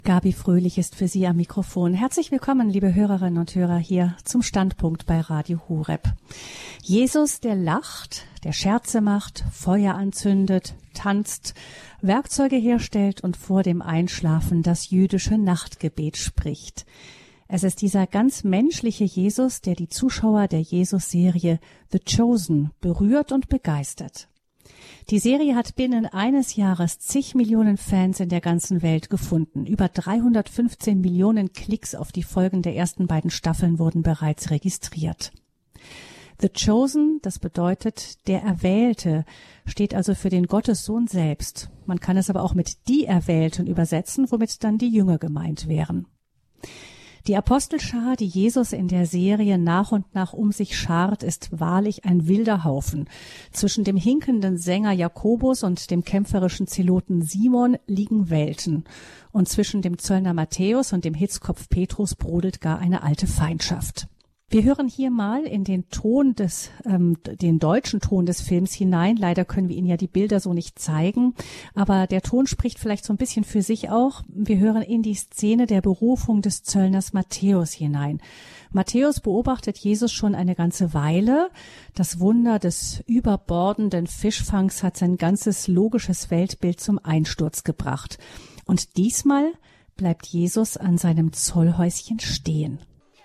Gabi Fröhlich ist für Sie am Mikrofon. Herzlich willkommen, liebe Hörerinnen und Hörer, hier zum Standpunkt bei Radio Horeb. Jesus, der lacht, der Scherze macht, Feuer anzündet, tanzt, Werkzeuge herstellt und vor dem Einschlafen das jüdische Nachtgebet spricht. Es ist dieser ganz menschliche Jesus, der die Zuschauer der Jesus-Serie The Chosen berührt und begeistert. Die Serie hat binnen eines Jahres zig Millionen Fans in der ganzen Welt gefunden. Über 315 Millionen Klicks auf die Folgen der ersten beiden Staffeln wurden bereits registriert. The Chosen, das bedeutet der Erwählte, steht also für den Gottessohn selbst. Man kann es aber auch mit die Erwählten übersetzen, womit dann die Jünger gemeint wären. Die Apostelschar, die Jesus in der Serie nach und nach um sich schart, ist wahrlich ein wilder Haufen. Zwischen dem hinkenden Sänger Jakobus und dem kämpferischen Zeloten Simon liegen Welten. Und zwischen dem Zöllner Matthäus und dem Hitzkopf Petrus brodelt gar eine alte Feindschaft. Wir hören hier mal in den den deutschen Ton des Films hinein. Leider können wir Ihnen ja die Bilder so nicht zeigen, aber der Ton spricht vielleicht so ein bisschen für sich auch. Wir hören in die Szene der Berufung des Zöllners Matthäus hinein. Matthäus beobachtet Jesus schon eine ganze Weile. Das Wunder des überbordenden Fischfangs hat sein ganzes logisches Weltbild zum Einsturz gebracht. Und diesmal bleibt Jesus an seinem Zollhäuschen stehen.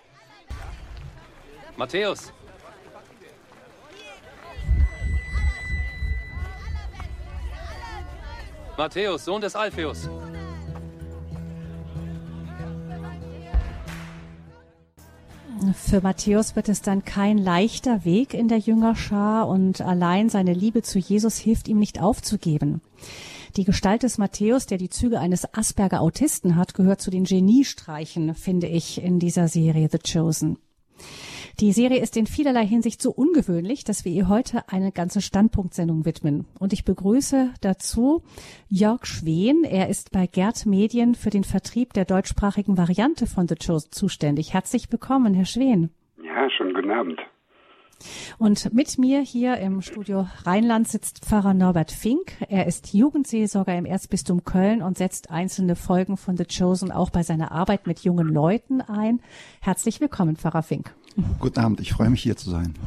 Matthäus! Matthäus, Sohn des Alpheus! Für Matthäus wird es dann kein leichter Weg in der Jüngerschar und allein seine Liebe zu Jesus hilft ihm nicht aufzugeben. Die Gestalt des Matthäus, der die Züge eines Asperger-Autisten hat, gehört zu den Geniestreichen, finde ich, in dieser Serie The Chosen. Die Serie ist in vielerlei Hinsicht so ungewöhnlich, dass wir ihr heute eine ganze Standpunktsendung widmen. Und ich begrüße dazu Jörg Schwen. Er ist bei Gerd Medien für den Vertrieb der deutschsprachigen Variante von The Chosen zuständig. Herzlich willkommen, Herr Schwen. Ja, schönen guten Abend. Und mit mir hier im Studio Rheinland sitzt Pfarrer Norbert Fink. Er ist Jugendseelsorger im Erzbistum Köln und setzt einzelne Folgen von The Chosen auch bei seiner Arbeit mit jungen Leuten ein. Herzlich willkommen, Pfarrer Fink. Guten Abend, ich freue mich, hier zu sein.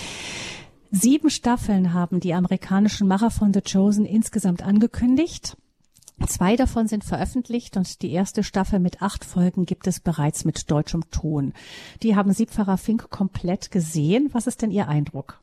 7 Staffeln haben die amerikanischen Macher von The Chosen insgesamt angekündigt. 2 davon sind veröffentlicht und die erste Staffel mit 8 Folgen gibt es bereits mit deutschem Ton. Die haben Sie, Pfarrer Fink, komplett gesehen. Was ist denn Ihr Eindruck?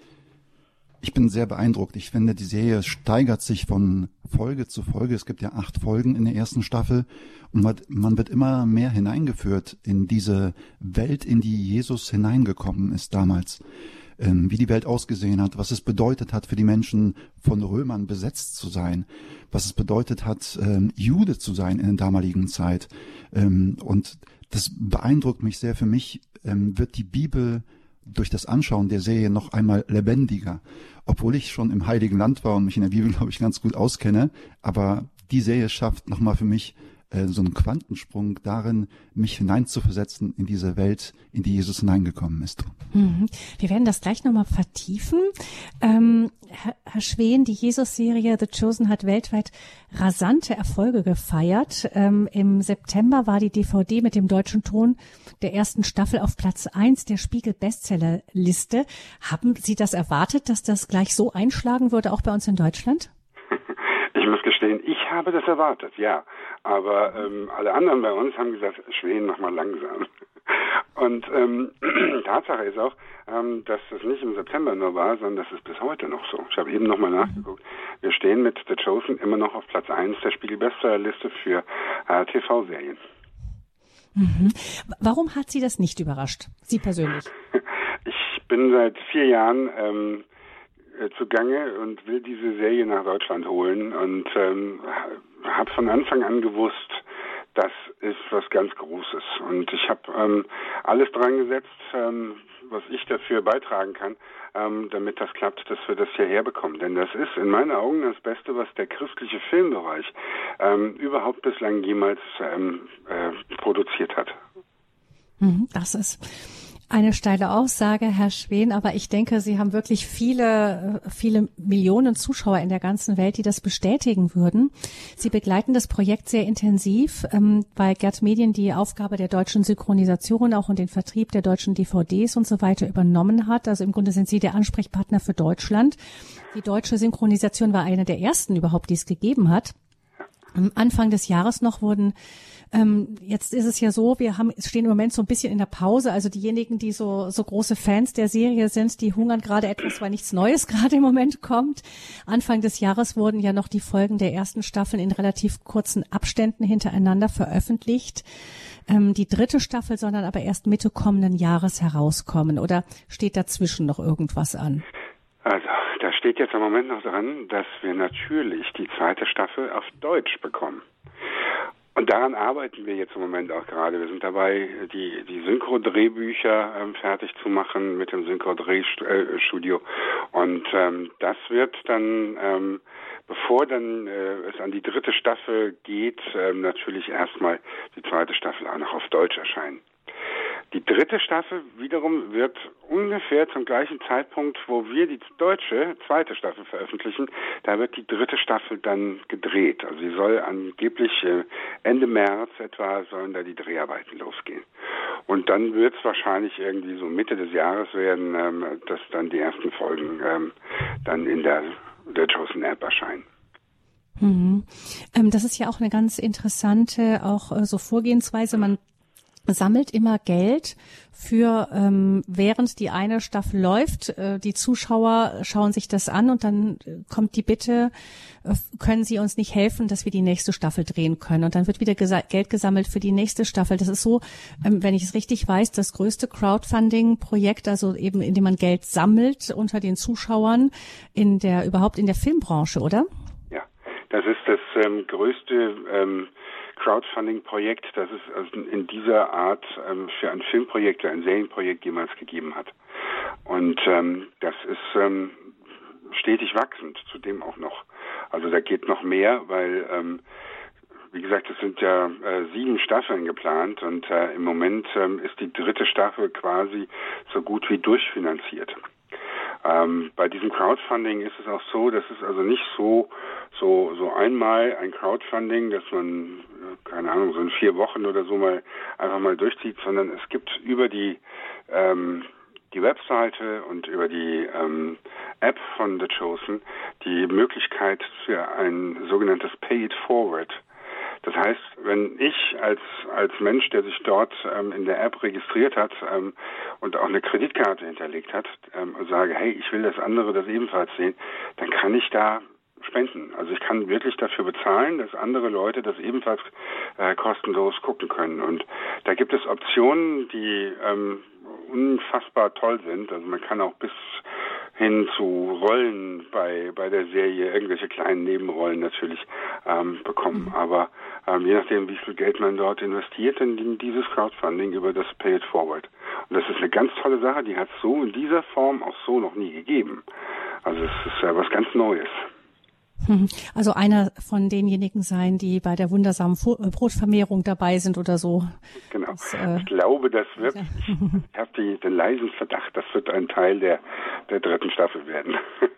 Ich bin sehr beeindruckt. Ich finde, die Serie steigert sich von Folge zu Folge. Es gibt ja 8 Folgen in der ersten Staffel und man wird immer mehr hineingeführt in diese Welt, in die Jesus hineingekommen ist damals. Wie die Welt ausgesehen hat, was es bedeutet hat für die Menschen, von Römern besetzt zu sein, was es bedeutet hat, Jude zu sein in der damaligen Zeit. Und das beeindruckt mich sehr. Für mich wird die Bibel durch das Anschauen der Serie noch einmal lebendiger. Obwohl ich schon im Heiligen Land war und mich in der Bibel, glaube ich, ganz gut auskenne, aber die Serie schafft nochmal für mich so einen Quantensprung darin, mich hineinzuversetzen in diese Welt, in die Jesus hineingekommen ist. Wir werden das gleich nochmal vertiefen. Herr Schwen, die Jesus-Serie The Chosen hat weltweit rasante Erfolge gefeiert. Im September war die DVD mit dem deutschen Ton der ersten Staffel auf Platz 1 der Spiegel-Bestsellerliste. Haben Sie das erwartet, dass das gleich so einschlagen würde, auch bei uns in Deutschland? Ich muss gestehen, ich habe das erwartet, ja. Aber alle anderen bei uns haben gesagt, Schwen, mach mal langsam. Und Tatsache ist auch, dass das nicht im September nur war, sondern das ist bis heute noch so. Ich habe eben nochmal nachgeguckt. Wir stehen mit The Chosen immer noch auf Platz 1 der Spiegel-Bestsellerliste für TV-Serien. Warum hat Sie das nicht überrascht, Sie persönlich? Ich bin seit 4 Jahren zugange und will diese Serie nach Deutschland holen und habe von Anfang an gewusst, das ist was ganz Großes. Und ich habe alles dran gesetzt, was ich dafür beitragen kann, damit das klappt, dass wir das hierher bekommen. Denn das ist in meinen Augen das Beste, was der christliche Filmbereich überhaupt bislang jemals produziert hat. Das ist Eine steile Aussage, Herr Schwen, aber ich denke, Sie haben wirklich viele Millionen Zuschauer in der ganzen Welt, die das bestätigen würden. Sie begleiten das Projekt sehr intensiv, weil Gerd Medien die Aufgabe der deutschen Synchronisation auch und den Vertrieb der deutschen DVDs und so weiter übernommen hat. Also im Grunde sind Sie der Ansprechpartner für Deutschland. Die deutsche Synchronisation war eine der ersten überhaupt, die es gegeben hat. Am Anfang des Jahres noch wurden jetzt ist es ja so, stehen im Moment so ein bisschen in der Pause. Also diejenigen, die so große Fans der Serie sind, die hungern gerade etwas, weil nichts Neues gerade im Moment kommt. Anfang des Jahres wurden ja noch die Folgen der ersten Staffeln in relativ kurzen Abständen hintereinander veröffentlicht. Die dritte Staffel soll dann aber erst Mitte kommenden Jahres herauskommen. Oder steht dazwischen noch irgendwas an? Also, da steht jetzt im Moment noch dran, dass wir natürlich die zweite Staffel auf Deutsch bekommen. Und daran arbeiten wir jetzt im Moment auch gerade. Wir sind dabei, die Synchro-Drehbücher fertig zu machen mit dem Synchro-Drehstudio. Und das wird dann, bevor dann es an die dritte Staffel geht, natürlich erstmal die zweite Staffel auch noch auf Deutsch erscheinen. Die dritte Staffel wiederum wird ungefähr zum gleichen Zeitpunkt, wo wir die deutsche zweite Staffel veröffentlichen, da wird die dritte Staffel dann gedreht. Also sie soll angeblich Ende März etwa sollen da die Dreharbeiten losgehen. Und dann wird es wahrscheinlich irgendwie so Mitte des Jahres werden, dass dann die ersten Folgen dann in der Chosen App erscheinen. Das ist ja auch eine ganz interessante auch so Vorgehensweise. Man sammelt immer Geld für, während die eine Staffel läuft. Die Zuschauer schauen sich das an und dann kommt die Bitte, können Sie uns nicht helfen, dass wir die nächste Staffel drehen können? Und dann wird wieder Geld gesammelt für die nächste Staffel. Das ist so, wenn ich es richtig weiß, das größte Crowdfunding-Projekt, also eben, indem man Geld sammelt unter den Zuschauern überhaupt in der Filmbranche, oder? Ja, das ist das größte Crowdfunding-Projekt, das es also in dieser Art für ein Filmprojekt oder ein Serienprojekt jemals gegeben hat. Und das ist stetig wachsend, zudem auch noch. Also da geht noch mehr, weil, wie gesagt, es sind ja 7 Staffeln geplant und im Moment ist die dritte Staffel quasi so gut wie durchfinanziert. Bei diesem Crowdfunding ist es auch so, dass es also nicht so einmal ein Crowdfunding, dass man, keine Ahnung, so in 4 Wochen oder so einfach mal durchzieht, sondern es gibt über die Webseite und über die App von The Chosen die Möglichkeit für ein sogenanntes Pay It Forward. Das heißt, wenn ich als Mensch, der sich dort in der App registriert hat und auch eine Kreditkarte hinterlegt hat, sage, hey, ich will, dass andere das ebenfalls sehen, dann kann ich da spenden. Also ich kann wirklich dafür bezahlen, dass andere Leute das ebenfalls kostenlos gucken können. Und da gibt es Optionen, die unfassbar toll sind. Also man kann auch bis hin zu Rollen bei der Serie, irgendwelche kleinen Nebenrollen natürlich bekommen. Aber je nachdem, wie viel Geld man dort investiert, dann dient dieses Crowdfunding über das Pay It Forward. Und das ist eine ganz tolle Sache, die hat es so in dieser Form auch so noch nie gegeben. Also es ist ja was ganz Neues. Also einer von denjenigen sein, die bei der wundersamen Brotvermehrung dabei sind oder so. Genau. Ich glaube, das wird, ich habe den leisen Verdacht, das wird ein Teil der dritten Staffel werden.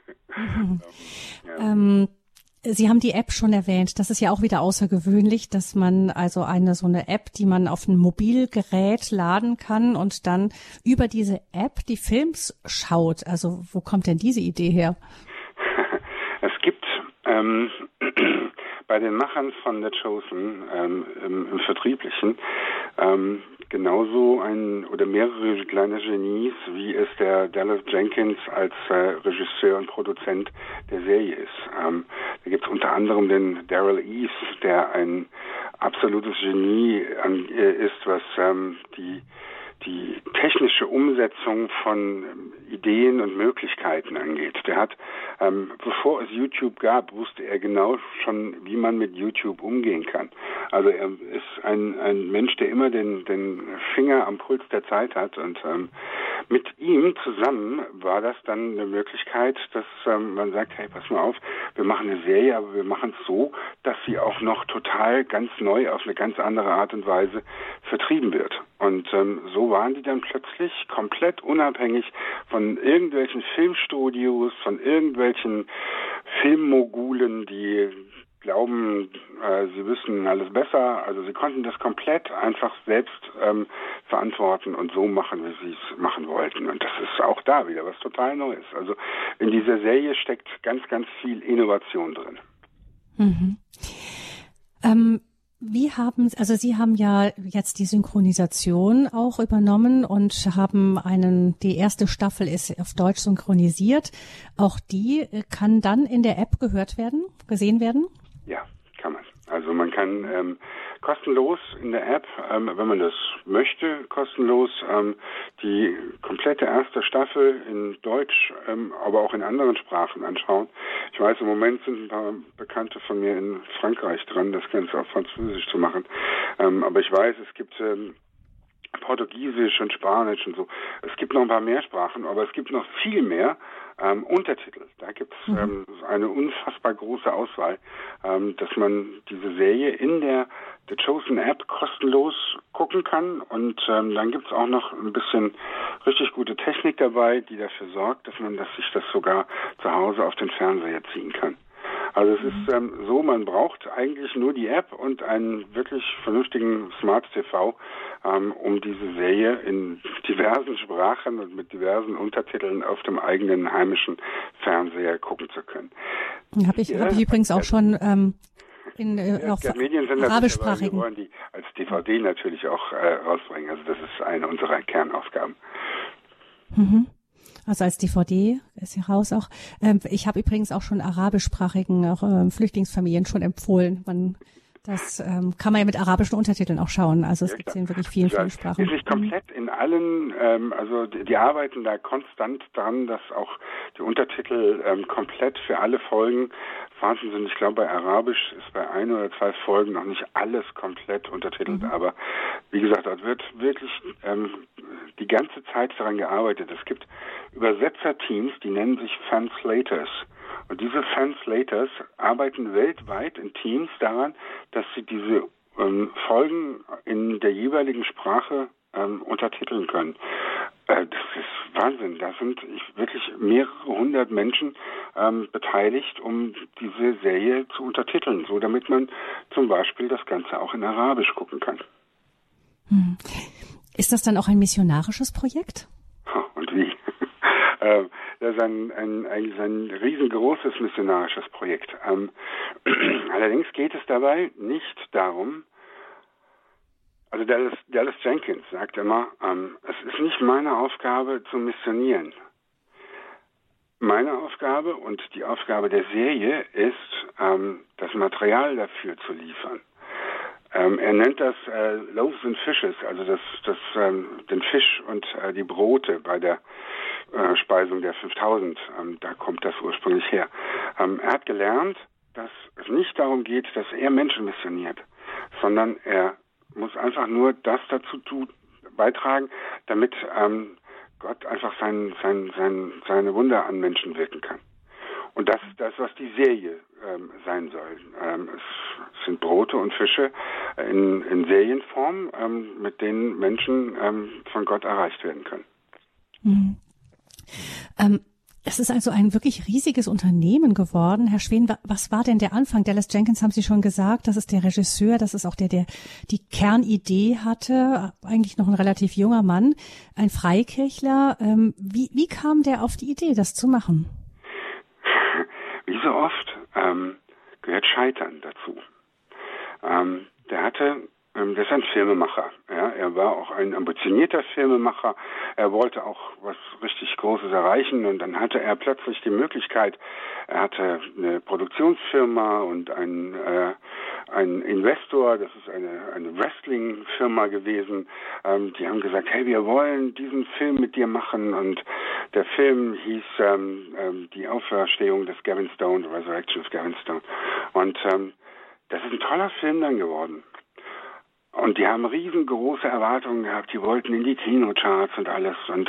Ja. Sie haben die App schon erwähnt. Das ist ja auch wieder außergewöhnlich, dass man also so eine App, die man auf ein Mobilgerät laden kann und dann über diese App die Films schaut. Also wo kommt denn diese Idee her? Es gibt bei den Machern von The Chosen im Vertrieblichen genauso oder mehrere kleine Genies, wie es der Dallas Jenkins als Regisseur und Produzent der Serie ist. Da gibt es unter anderem den Daryl Eves, der ein absolutes Genie ist, was die technische Umsetzung von Ideen und Möglichkeiten angeht. Der hat, bevor es YouTube gab, wusste er genau schon, wie man mit YouTube umgehen kann. Also er ist ein Mensch, der immer den Finger am Puls der Zeit hat und mit ihm zusammen war das dann eine Möglichkeit, dass man sagt, hey, pass mal auf, wir machen eine Serie, aber wir machen es so, dass sie auch noch total ganz neu auf eine ganz andere Art und Weise vertrieben wird. Und so waren die dann plötzlich komplett unabhängig von irgendwelchen Filmstudios, von irgendwelchen Filmmogulen, die glauben, sie wüssten alles besser. Also sie konnten das komplett einfach selbst verantworten und so machen, wie sie es machen wollten. Und das ist auch da wieder was total Neues. Also in dieser Serie steckt ganz, ganz viel Innovation drin. Mhm. Sie haben ja jetzt die Synchronisation auch übernommen und haben die erste Staffel ist auf Deutsch synchronisiert. Auch die kann dann in der App gesehen werden? Ja, kann man. Also man kann kostenlos in der App, wenn man das möchte, kostenlos die komplette erste Staffel in Deutsch, aber auch in anderen Sprachen anschauen. Ich weiß, im Moment sind ein paar Bekannte von mir in Frankreich dran, das Ganze auf Französisch zu machen. Aber ich weiß, es gibt Portugiesisch und Spanisch und so. Es gibt noch ein paar mehr Sprachen, aber es gibt noch viel mehr Untertitel. Da gibt es eine unfassbar große Auswahl, dass man diese Serie in der The Chosen App kostenlos gucken kann und dann gibt es auch noch ein bisschen richtig gute Technik dabei, die dafür sorgt, dass sich das sogar zu Hause auf den Fernseher ziehen kann. Also es ist so, man braucht eigentlich nur die App und einen wirklich vernünftigen Smart TV, um diese Serie in diversen Sprachen und mit diversen Untertiteln auf dem eigenen heimischen Fernseher gucken zu können. Habe ich übrigens auch schon auf arabischsprachigen. Wir wollen die als DVD natürlich auch rausbringen. Also das ist eine unserer Kernaufgaben. Mhm. Also als DVD ist hier raus auch. Ich habe übrigens auch schon arabischsprachigen auch, Flüchtlingsfamilien schon empfohlen. Das kann man ja mit arabischen Untertiteln auch schauen. Also es gibt in wirklich vielen Sprachen. Ist nicht komplett in allen, also die arbeiten da konstant dran, dass auch die Untertitel komplett für alle Folgen vorhanden sind. Ich glaube, bei Arabisch ist bei 1 oder 2 Folgen noch nicht alles komplett untertitelt. Aber wie gesagt, da wird wirklich die ganze Zeit daran gearbeitet. Es gibt Übersetzerteams, die nennen sich Fanslators. Und diese Fanslators arbeiten weltweit in Teams daran, dass sie diese Folgen in der jeweiligen Sprache untertiteln können. Das ist Wahnsinn. Da sind wirklich mehrere hundert Menschen beteiligt, um diese Serie zu untertiteln, so damit man zum Beispiel das Ganze auch in Arabisch gucken kann. Ist das dann auch ein missionarisches Projekt? Und wie? Das ist eigentlich ein riesengroßes missionarisches Projekt. Allerdings geht es dabei nicht darum, also Dallas Jenkins sagt immer, es ist nicht meine Aufgabe zu missionieren. Meine Aufgabe und die Aufgabe der Serie ist, das Material dafür zu liefern. Er nennt das Loaves and Fishes, also den Fisch und die Brote bei der Speisung der 5000. Da kommt das ursprünglich her. Er hat gelernt, dass es nicht darum geht, dass er Menschen missioniert, sondern er muss einfach nur das dazu beitragen, damit Gott einfach seine Wunder an Menschen wirken kann. Und das ist das, was die Serie sein soll. Es sind Brote und Fische in Serienform, mit denen Menschen von Gott erreicht werden können. Mhm. Es ist also ein wirklich riesiges Unternehmen geworden. Herr Schwen, was war denn der Anfang? Dallas Jenkins haben Sie schon gesagt, das ist der Regisseur, das ist auch der die Kernidee hatte, eigentlich noch ein relativ junger Mann, ein Freikirchler. Wie kam der auf die Idee, das zu machen? Wie so oft gehört Scheitern dazu. Der ist ein Filmemacher. Ja? Er war auch ein ambitionierter Filmemacher. Er wollte auch was richtig Großes erreichen und dann hatte er plötzlich die Möglichkeit, er hatte eine Produktionsfirma und einen Investor, das ist eine Wrestling-Firma gewesen. Die haben gesagt, hey, wir wollen diesen Film mit dir machen und der Film hieß Die Auferstehung des Gavin Stone, The Resurrection of Gavin Stone. Und das ist ein toller Film dann geworden. Und die haben riesengroße Erwartungen gehabt, die wollten in die Kinocharts und alles. Und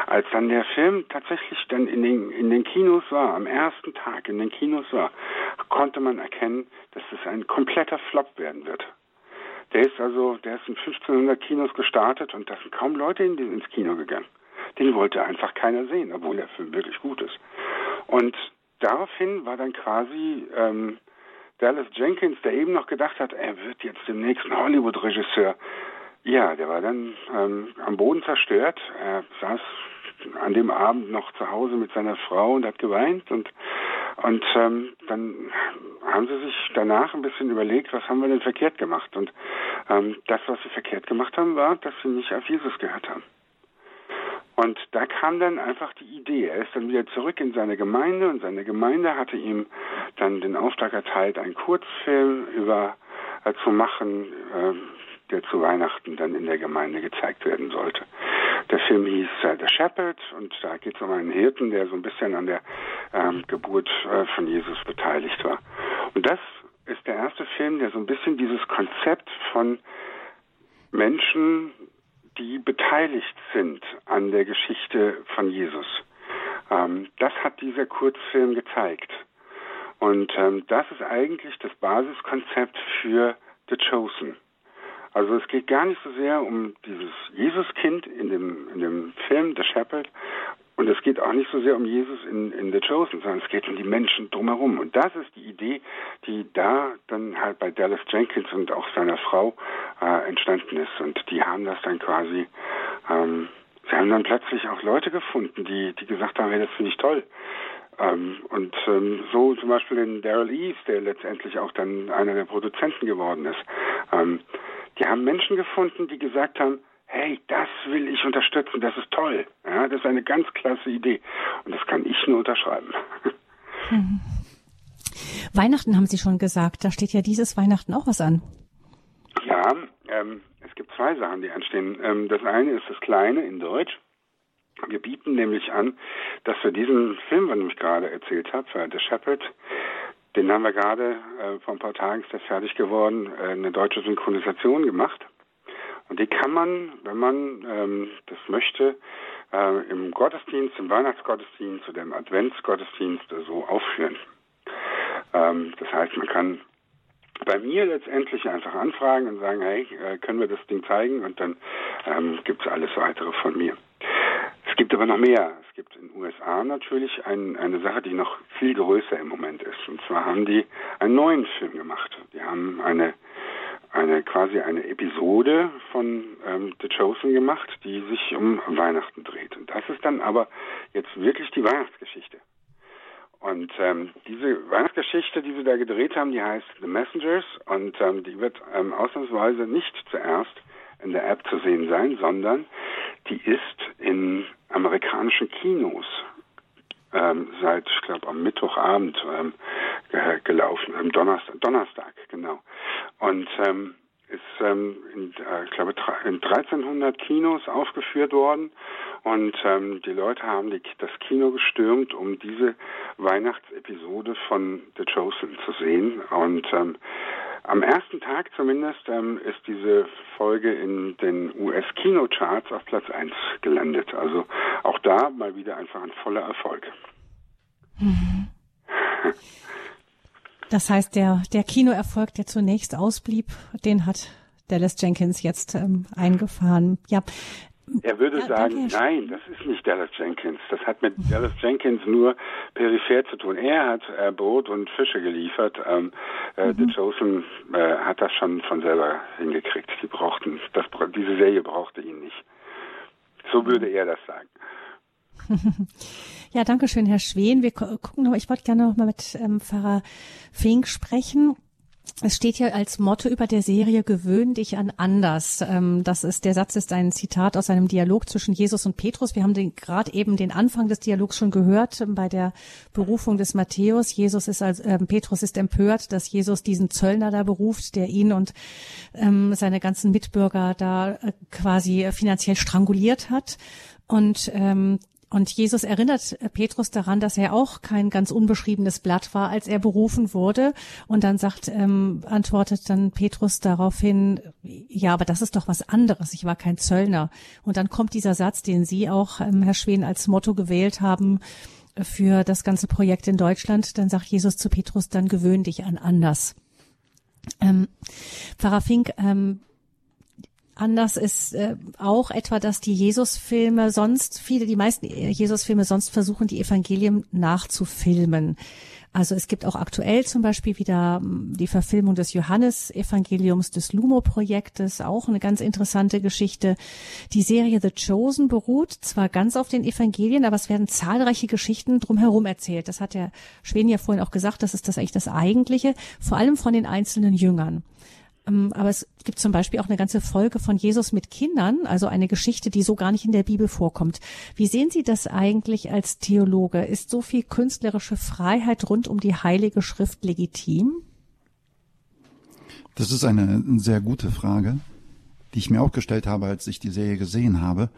Als dann der Film tatsächlich dann in den Kinos war, am ersten Tag in den Kinos war, konnte man erkennen, dass es ein kompletter Flop werden wird. Der ist in 1500 Kinos gestartet und da sind kaum Leute ins Kino gegangen. Den wollte einfach keiner sehen, obwohl der Film wirklich gut ist. Und daraufhin war dann quasi Dallas Jenkins, der eben noch gedacht hat, er wird jetzt dem nächsten Hollywood-Regisseur. Ja, der war dann am Boden zerstört. Er saß an dem Abend noch zu Hause mit seiner Frau und hat geweint und dann haben sie sich danach ein bisschen überlegt, was haben wir denn verkehrt gemacht? Und das, was sie verkehrt gemacht haben, war, dass sie nicht auf Jesus gehört haben. Und da kam dann einfach die Idee. Er ist dann wieder zurück in seine Gemeinde und seine Gemeinde hatte ihm dann den Auftrag erteilt, einen Kurzfilm zu machen, der zu Weihnachten dann in der Gemeinde gezeigt werden sollte. Der Film hieß The Shepherd und da geht es um einen Hirten, der so ein bisschen an der Geburt von Jesus beteiligt war. Und das ist der erste Film, der so ein bisschen dieses Konzept von Menschen, die beteiligt sind an der Geschichte von Jesus. Das hat dieser Kurzfilm gezeigt. Und das ist eigentlich das Basiskonzept für The Chosen. Also es geht gar nicht so sehr um dieses Jesuskind in dem Film The Shepherd und es geht auch nicht so sehr um Jesus in The Chosen, sondern es geht um die Menschen drumherum. Und das ist die Idee, die da dann halt bei Dallas Jenkins und auch seiner Frau entstanden ist. Und die haben das dann quasi, sie haben dann plötzlich auch Leute gefunden, die gesagt haben, hey, das finde ich toll. So zum Beispiel den Daryl Eves, der letztendlich auch dann einer der Produzenten geworden ist. Die haben Menschen gefunden, die gesagt haben, hey, das will ich unterstützen, das ist toll. Ja, das ist eine ganz klasse Idee. Und das kann ich nur unterschreiben. Mhm. Weihnachten haben Sie schon gesagt, da steht ja dieses Weihnachten auch was an. Ja, es gibt zwei Sachen, die anstehen. Das eine ist das Kleine in Deutsch. Wir bieten nämlich an, dass wir diesen Film, von dem ich gerade erzählt habe, The Shepherd, den haben wir gerade vor ein paar Tagen, ist der fertig geworden, eine deutsche Synchronisation gemacht. Und die kann man, wenn man das möchte, im Gottesdienst, im Weihnachtsgottesdienst oder im Adventsgottesdienst so aufführen. Das heißt, man kann bei mir letztendlich einfach anfragen und sagen, hey, können wir das Ding zeigen? Und dann gibt es alles weitere von mir. Es gibt aber noch mehr. Es gibt in den USA natürlich eine Sache, die noch viel größer im Moment ist. Und zwar haben die einen neuen Film gemacht. Die haben quasi eine Episode von The Chosen gemacht, die sich um Weihnachten dreht. Und das ist dann aber jetzt wirklich die Weihnachtsgeschichte. Und diese Weihnachtsgeschichte, die sie da gedreht haben, die heißt The Messengers und die wird ausnahmsweise nicht zuerst in der App zu sehen sein, sondern die ist in amerikanischen Kinos seit, ich glaube, am Mittwochabend gelaufen, am Donnerstag, genau. Und ist ich glaube, in 1300 Kinos aufgeführt worden und die Leute haben das Kino gestürmt, um diese Weihnachtsepisode von The Chosen zu sehen. Und am ersten Tag zumindest ist diese Folge in den US-Kinocharts auf Platz 1 gelandet. Also auch da mal wieder einfach ein voller Erfolg. Mhm. Das heißt, der Kinoerfolg, der zunächst ausblieb, den hat Dallas Jenkins jetzt eingefahren. Ja. Er würde sagen, nein, das ist nicht Dallas Jenkins. Das hat mit Dallas Jenkins nur peripher zu tun. Er hat Brot und Fische geliefert. The Chosen hat das schon von selber hingekriegt. Diese Serie brauchte ihn nicht. So würde er das sagen. Ja, danke schön, Herr Schwen. Wir gucken noch. Ich wollte gerne noch mal mit Pfarrer Fink sprechen. Es steht hier als Motto über der Serie: Gewöhn dich an anders. Der Satz ist ein Zitat aus einem Dialog zwischen Jesus und Petrus. Wir haben gerade eben den Anfang des Dialogs schon gehört bei der Berufung des Matthäus. Petrus ist empört, dass Jesus diesen Zöllner da beruft, der ihn und seine ganzen Mitbürger da quasi finanziell stranguliert hat. Und Und Jesus erinnert Petrus daran, dass er auch kein ganz unbeschriebenes Blatt war, als er berufen wurde. Und dann antwortet dann Petrus daraufhin, ja, aber das ist doch was anderes. Ich war kein Zöllner. Und dann kommt dieser Satz, den Sie auch, Herr Schwen, als Motto gewählt haben für das ganze Projekt in Deutschland. Dann sagt Jesus zu Petrus, dann gewöhn dich an anders. Pfarrer Fink, anders ist auch etwa, dass die Jesus-Filme die meisten Jesus-Filme sonst versuchen, die Evangelien nachzufilmen. Also es gibt auch aktuell zum Beispiel wieder die Verfilmung des Johannes-Evangeliums des Lumo-Projektes, auch eine ganz interessante Geschichte. Die Serie The Chosen beruht zwar ganz auf den Evangelien, aber es werden zahlreiche Geschichten drumherum erzählt. Das hat der Schwen ja vorhin auch gesagt, das ist das eigentlich das Eigentliche, vor allem von den einzelnen Jüngern. Aber es gibt zum Beispiel auch eine ganze Folge von Jesus mit Kindern, also eine Geschichte, die so gar nicht in der Bibel vorkommt. Wie sehen Sie das eigentlich als Theologe? Ist so viel künstlerische Freiheit rund um die Heilige Schrift legitim? Das ist eine sehr gute Frage, die ich mir auch gestellt habe, als ich die Serie gesehen habe.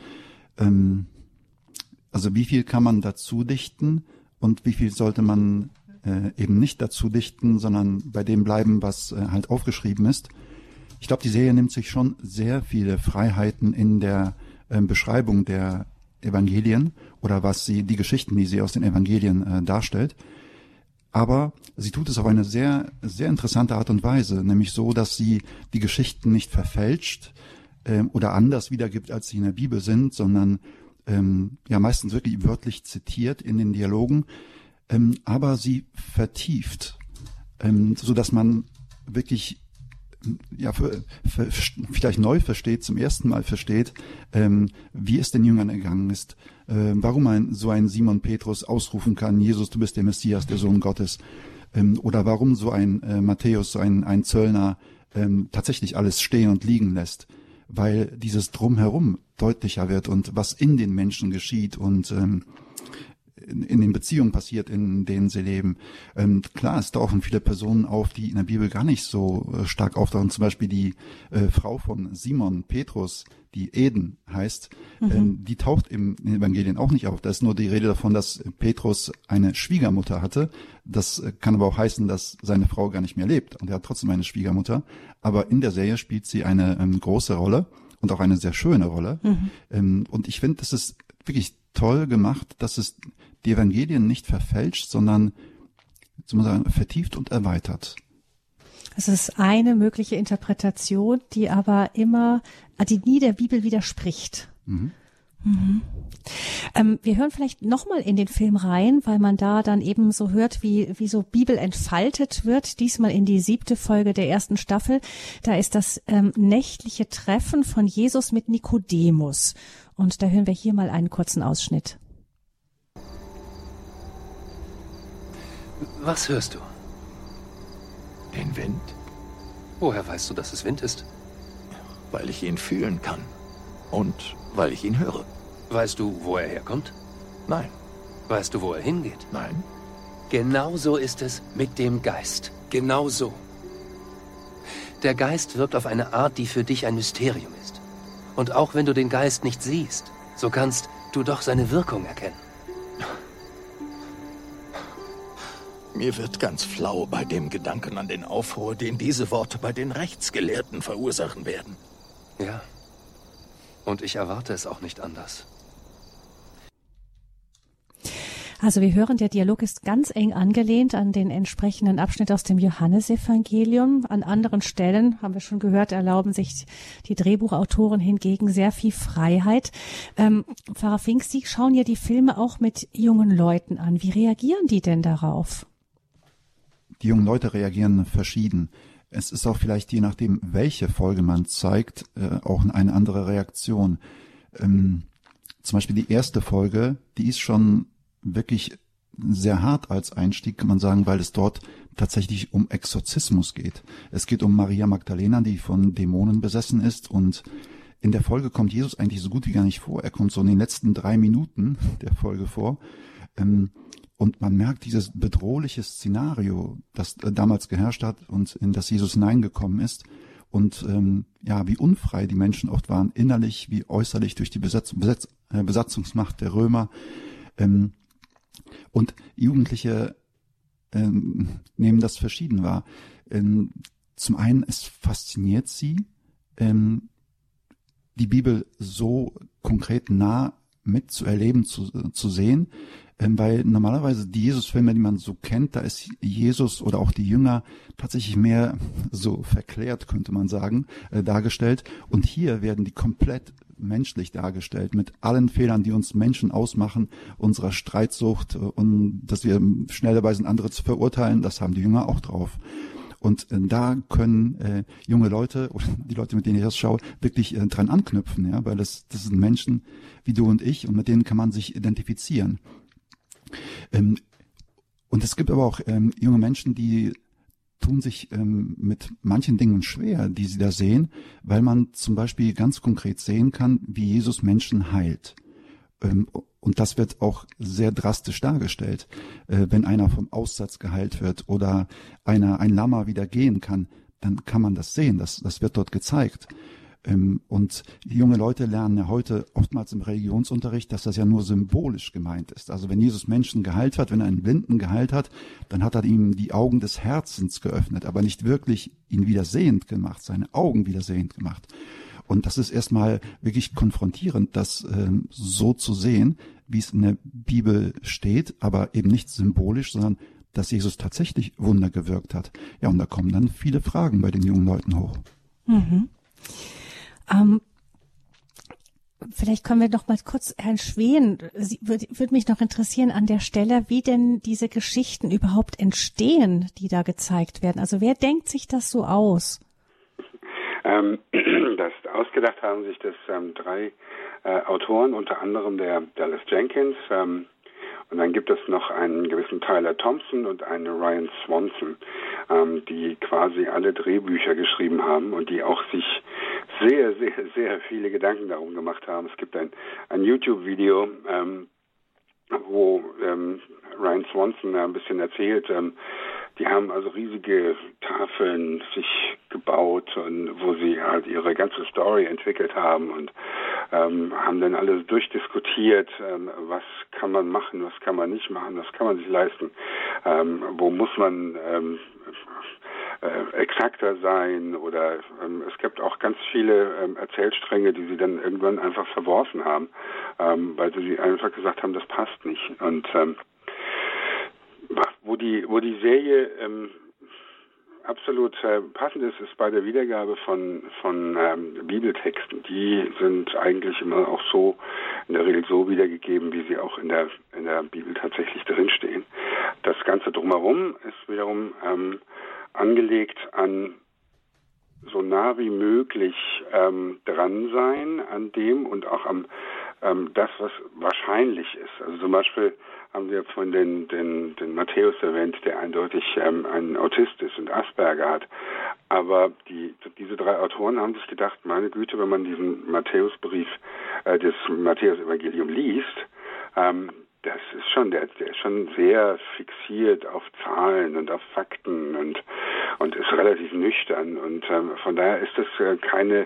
Also wie viel kann man dazu dichten und wie viel sollte man eben nicht dazu dichten, sondern bei dem bleiben, was halt aufgeschrieben ist. Ich glaube, die Serie nimmt sich schon sehr viele Freiheiten in der Beschreibung der Evangelien oder die Geschichten, die sie aus den Evangelien darstellt. Aber sie tut es auf eine sehr, sehr interessante Art und Weise, nämlich so, dass sie die Geschichten nicht verfälscht oder anders wiedergibt, als sie in der Bibel sind, sondern meistens wirklich wörtlich zitiert in den Dialogen. Aber sie vertieft, so dass man wirklich vielleicht neu versteht, zum ersten Mal versteht, wie es den Jüngern ergangen ist, warum so ein Simon Petrus ausrufen kann, Jesus, du bist der Messias, der Sohn Gottes, oder warum so ein Matthäus, so ein Zöllner tatsächlich alles stehen und liegen lässt, weil dieses Drumherum deutlicher wird und was in den Menschen geschieht und in den Beziehungen passiert, in denen sie leben. Klar, es tauchen viele Personen auf, die in der Bibel gar nicht so stark auftauchen. Zum Beispiel die Frau von Simon Petrus, die Eden heißt, die taucht in den Evangelien auch nicht auf. Da ist nur die Rede davon, dass Petrus eine Schwiegermutter hatte. Das kann aber auch heißen, dass seine Frau gar nicht mehr lebt. Und er hat trotzdem eine Schwiegermutter. Aber in der Serie spielt sie eine große Rolle und auch eine sehr schöne Rolle. Und ich finde, das ist wirklich toll gemacht, dass es die Evangelien nicht verfälscht, sondern vertieft und erweitert. Es ist eine mögliche Interpretation, die aber die nie der Bibel widerspricht. Wir hören vielleicht nochmal in den Film rein, weil man da dann eben so hört, wie so Bibel entfaltet wird. Diesmal in die 7. Folge der 1. Staffel. Da ist das nächtliche Treffen von Jesus mit Nikodemus. Und da hören wir hier mal einen kurzen Ausschnitt. Was hörst du? Den Wind, Woher weißt du, dass es Wind ist? weil ich ihn fühlen kann. Und weil ich ihn höre. Weißt du, wo er herkommt? Nein, Weißt du, wo er hingeht? nein. Genau so ist es mit dem Geist. Genau so. Der Geist wirkt auf eine Art, die für dich ein Mysterium ist. Und auch wenn du den Geist nicht siehst, so kannst du doch seine Wirkung erkennen. Mir wird ganz flau bei dem Gedanken an den Aufruhr, den diese Worte bei den Rechtsgelehrten verursachen werden. Ja. Und ich erwarte es auch nicht anders. Also wir hören, der Dialog ist ganz eng angelehnt an den entsprechenden Abschnitt aus dem Johannesevangelium. An anderen Stellen, haben wir schon gehört, erlauben sich die Drehbuchautoren hingegen sehr viel Freiheit. Pfarrer Fink, Sie schauen ja die Filme auch mit jungen Leuten an. Wie reagieren die denn darauf? Die jungen Leute reagieren verschieden. Es ist auch vielleicht, je nachdem, welche Folge man zeigt, auch eine andere Reaktion. Zum Beispiel die erste Folge, die ist schon wirklich sehr hart als Einstieg, kann man sagen, weil es dort tatsächlich um Exorzismus geht. Es geht um Maria Magdalena, die von Dämonen besessen ist, und in der Folge kommt Jesus eigentlich so gut wie gar nicht vor. Er kommt so in den letzten 3 Minuten der Folge vor. Und man merkt dieses bedrohliche Szenario, das damals geherrscht hat und in das Jesus hineingekommen ist. und wie unfrei die Menschen oft waren, innerlich wie äußerlich durch die Besatzungsmacht der Römer. Und Jugendliche nehmen das verschieden wahr. Zum einen, es fasziniert sie, die Bibel so konkret nah mitzuerleben, zu sehen, weil normalerweise die Jesus-Filme, die man so kennt, da ist Jesus oder auch die Jünger tatsächlich mehr so verklärt, könnte man sagen, dargestellt. Und hier werden die komplett menschlich dargestellt, mit allen Fehlern, die uns Menschen ausmachen, unserer Streitsucht und dass wir schnell dabei sind, andere zu verurteilen, das haben die Jünger auch drauf. Und da können junge Leute oder die Leute, mit denen ich das schaue, wirklich dran anknüpfen, ja, weil das sind Menschen wie du und ich und mit denen kann man sich identifizieren. Und es gibt aber auch junge Menschen, die tun sich mit manchen Dingen schwer, die sie da sehen, weil man zum Beispiel ganz konkret sehen kann, wie Jesus Menschen heilt. Und das wird auch sehr drastisch dargestellt. Wenn einer vom Aussatz geheilt wird oder ein Lama wieder gehen kann, dann kann man das sehen. Das wird dort gezeigt. Und junge Leute lernen ja heute oftmals im Religionsunterricht, dass das ja nur symbolisch gemeint ist. Also wenn Jesus Menschen geheilt hat, wenn er einen Blinden geheilt hat, dann hat er ihm die Augen des Herzens geöffnet, aber nicht wirklich ihn wieder sehend gemacht, seine Augen wieder sehend gemacht. Und das ist erstmal wirklich konfrontierend, das so zu sehen, wie es in der Bibel steht, aber eben nicht symbolisch, sondern dass Jesus tatsächlich Wunder gewirkt hat. Ja, und da kommen dann viele Fragen bei den jungen Leuten hoch. Mhm. Vielleicht können wir noch mal kurz Herrn Schween, würde mich noch interessieren an der Stelle, wie denn diese Geschichten überhaupt entstehen, die da gezeigt werden. Also wer denkt sich das so aus? Das ausgedacht haben sich das 3 Autoren, unter anderem der Dallas Jenkins, und dann gibt es noch einen gewissen Tyler Thompson und einen Ryan Swanson, die quasi alle Drehbücher geschrieben haben und die auch sich sehr, sehr, sehr viele Gedanken darum gemacht haben. Es gibt ein YouTube-Video, wo Ryan Swanson ein bisschen erzählt, die haben also riesige Tafeln sich gebaut und wo sie halt ihre ganze Story entwickelt haben und haben dann alles durchdiskutiert, was kann man machen, was kann man nicht machen, was kann man sich leisten, wo muss man exakter sein oder es gibt auch ganz viele Erzählstränge, die sie dann irgendwann einfach verworfen haben, weil sie einfach gesagt haben, das passt nicht. Und wo die Serie absolut passend ist bei der Wiedergabe von Bibeltexten. Die sind eigentlich immer auch so in der Regel so wiedergegeben, wie sie auch in der Bibel tatsächlich drinstehen. Das Ganze drumherum ist wiederum angelegt an so nah wie möglich dran sein an dem und auch am das, was wahrscheinlich ist. Also zum Beispiel haben wir von den Matthäus erwähnt, der eindeutig ein Autist ist und Asperger hat. Aber diese 3 Autoren haben sich gedacht, meine Güte, wenn man diesen Matthäusbrief, das Matthäus-Evangelium liest, das ist schon, der ist schon sehr fixiert auf Zahlen und auf Fakten und ist relativ nüchtern und von daher ist das keine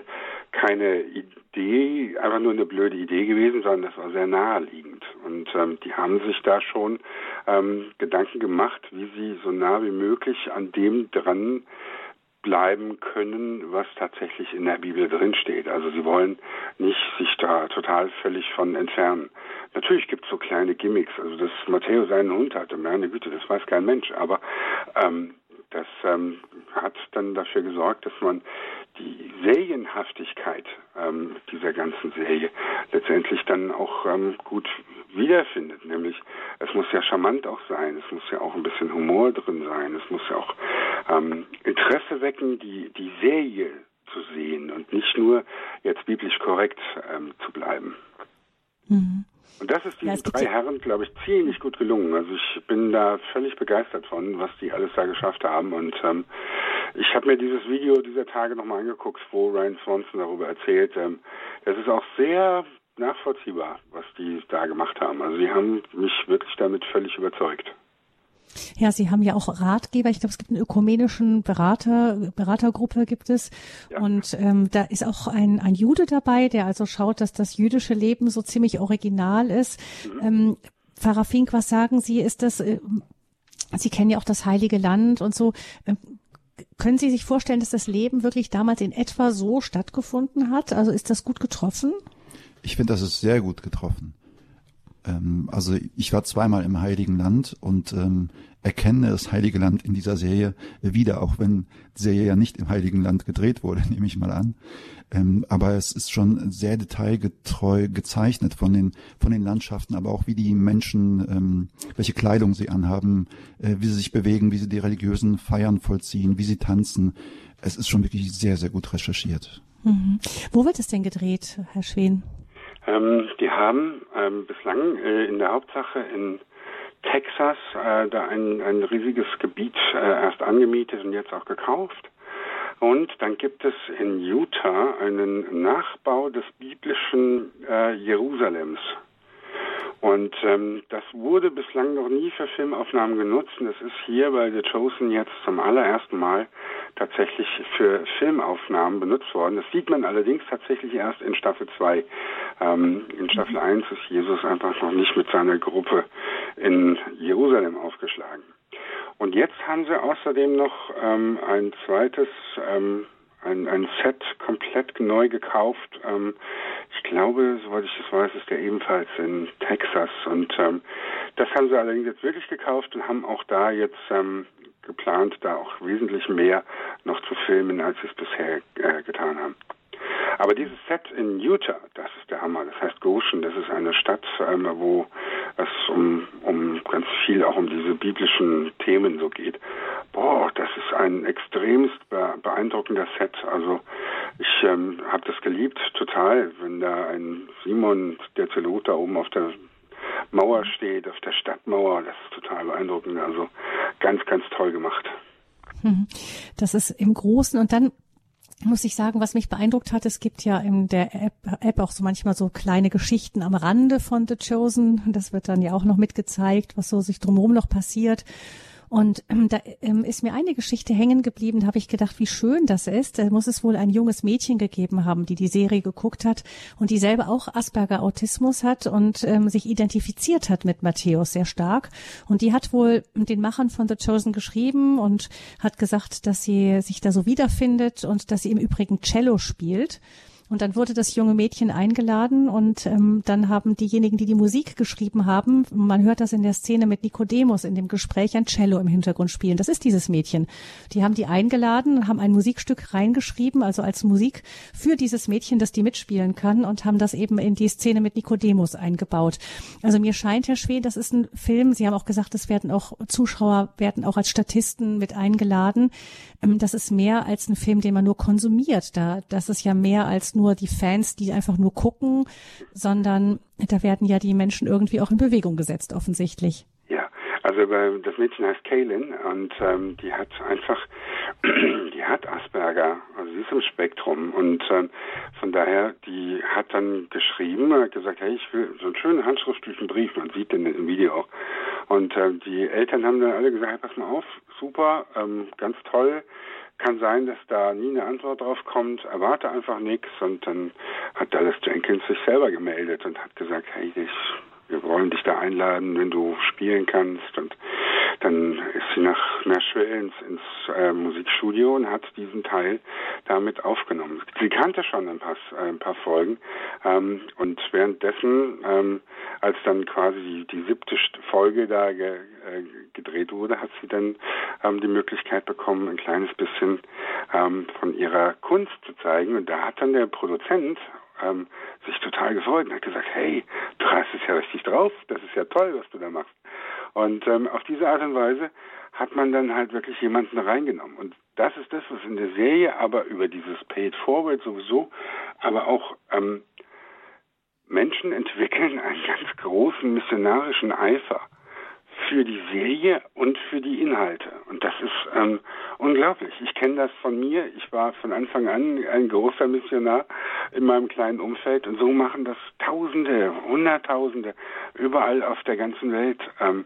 Idee, einfach nur eine blöde Idee gewesen, sondern das war sehr naheliegend und die haben sich da schon Gedanken gemacht, wie sie so nah wie möglich an dem dran bleiben können, was tatsächlich in der Bibel drinsteht. Also sie wollen nicht sich da total völlig von entfernen. Natürlich gibt es so kleine Gimmicks, also dass Matthäus einen Hund hatte, meine Güte, das weiß kein Mensch, aber das hat dann dafür gesorgt, dass man die Serienhaftigkeit dieser ganzen Serie letztendlich dann auch gut wiederfindet. Nämlich, es muss ja charmant auch sein, es muss ja auch ein bisschen Humor drin sein, es muss ja auch Interesse wecken, die Serie zu sehen und nicht nur jetzt biblisch korrekt zu bleiben. Mhm. Und das ist diesen 3 Herren, glaube ich, ziemlich gut gelungen. Also ich bin da völlig begeistert von, was die alles da geschafft haben. Und ich habe mir dieses Video dieser Tage nochmal angeguckt, wo Ryan Swanson darüber erzählt. Es ist auch sehr nachvollziehbar, was die da gemacht haben. Also sie haben mich wirklich damit völlig überzeugt. Ja, Sie haben ja auch Ratgeber. Ich glaube, es gibt einen ökumenischen Beratergruppe gibt es. Ja. Und da ist auch ein Jude dabei, der also schaut, dass das jüdische Leben so ziemlich original ist. Pfarrer Fink, was sagen Sie? Ist das, Sie kennen ja auch das Heilige Land und so. Können Sie sich vorstellen, dass das Leben wirklich damals in etwa so stattgefunden hat? Also ist das gut getroffen? Ich finde, das ist sehr gut getroffen. Also ich war zweimal im Heiligen Land und erkenne das Heilige Land in dieser Serie wieder, auch wenn die Serie ja nicht im Heiligen Land gedreht wurde, nehme ich mal an. Aber es ist schon sehr detailgetreu gezeichnet von den Landschaften, aber auch wie die Menschen, welche Kleidung sie anhaben, wie sie sich bewegen, wie sie die religiösen Feiern vollziehen, wie sie tanzen. Es ist schon wirklich sehr, sehr gut recherchiert. Mhm. Wo wird es denn gedreht, Herr Schwen? Die haben bislang in der Hauptsache in Texas da ein riesiges Gebiet erst angemietet und jetzt auch gekauft. Und dann gibt es in Utah einen Nachbau des biblischen Jerusalems. Und das wurde bislang noch nie für Filmaufnahmen genutzt. Und das ist hier bei The Chosen jetzt zum allerersten Mal tatsächlich für Filmaufnahmen benutzt worden. Das sieht man allerdings tatsächlich erst in Staffel 2. In Staffel 1 ist Jesus einfach noch nicht mit seiner Gruppe in Jerusalem aufgeschlagen. Und jetzt haben sie außerdem noch ein zweites ein Set komplett neu gekauft. Ich glaube, soweit ich das weiß, ist der ebenfalls in Texas. Und das haben sie allerdings jetzt wirklich gekauft und haben auch da jetzt geplant, da auch wesentlich mehr noch zu filmen, als sie es bisher getan haben. Aber dieses Set in Utah, das ist der Hammer. Das heißt Goshen, das ist eine Stadt, wo es um ganz viel auch um diese biblischen Themen so geht. Boah, das ist ein extremst beeindruckender Set. Also ich habe das geliebt, total, wenn da ein Simon, der Zelot, da oben auf der Mauer steht, auf der Stadtmauer. Das ist total beeindruckend. Also ganz, ganz toll gemacht. Das ist im Großen und dann muss ich sagen, was mich beeindruckt hat, es gibt ja in der App auch so manchmal so kleine Geschichten am Rande von The Chosen. Das wird dann ja auch noch mitgezeigt, was so sich drumherum noch passiert. Und da ist mir eine Geschichte hängen geblieben, da habe ich gedacht, wie schön das ist. Da muss es wohl ein junges Mädchen gegeben haben, die Serie geguckt hat und die selber auch Asperger-Autismus hat und sich identifiziert hat mit Matthäus sehr stark. Und die hat wohl den Machern von The Chosen geschrieben und hat gesagt, dass sie sich da so wiederfindet und dass sie im Übrigen Cello spielt. Und dann wurde das junge Mädchen eingeladen und dann haben diejenigen, die die Musik geschrieben haben, man hört das in der Szene mit Nikodemus in dem Gespräch, ein Cello im Hintergrund spielen. Das ist dieses Mädchen. Die haben die eingeladen, haben ein Musikstück reingeschrieben, also als Musik für dieses Mädchen, das die mitspielen kann und haben das eben in die Szene mit Nikodemus eingebaut. Also mir scheint, Herr Schwen, das ist ein Film, Sie haben auch gesagt, es werden auch Zuschauer, werden auch als Statisten mit eingeladen. Das ist mehr als ein Film, den man nur konsumiert. Das ist ja mehr als nur die Fans, die einfach nur gucken, sondern da werden ja die Menschen irgendwie auch in Bewegung gesetzt, offensichtlich. Ja, also das Mädchen heißt Kaylin und die hat Asperger, also sie ist im Spektrum und von daher, die hat dann geschrieben, hat gesagt, hey, ich will so einen schönen handschriftlichen Brief, man sieht den im Video auch. Und die Eltern haben dann alle gesagt, hey, pass mal auf, super, ganz toll. Kann sein, dass da nie eine Antwort drauf kommt, erwarte einfach nichts. Und dann hat Dallas Jenkins sich selber gemeldet und hat gesagt, hey, wir wollen dich da einladen, wenn du spielen kannst. Und dann ist sie nach Nashville ins Musikstudio und hat diesen Teil damit aufgenommen. Sie kannte schon ein paar Folgen und währenddessen, als dann quasi die 7. Folge da gedreht wurde, hat sie dann die Möglichkeit bekommen, ein kleines bisschen von ihrer Kunst zu zeigen. Und da hat dann der Produzent sich total gefreut und hat gesagt, hey, du hast es ja richtig drauf, das ist ja toll, was du da machst. Und auf diese Art und Weise hat man dann halt wirklich jemanden reingenommen. Und das ist das, was in der Serie aber über dieses Pay It Forward sowieso, aber auch Menschen entwickeln einen ganz großen missionarischen Eifer für die Serie und für die Inhalte. Und das ist unglaublich. Ich kenne das von mir. Ich war von Anfang an ein großer Missionar in meinem kleinen Umfeld. Und so machen das Tausende, Hunderttausende überall auf der ganzen Welt.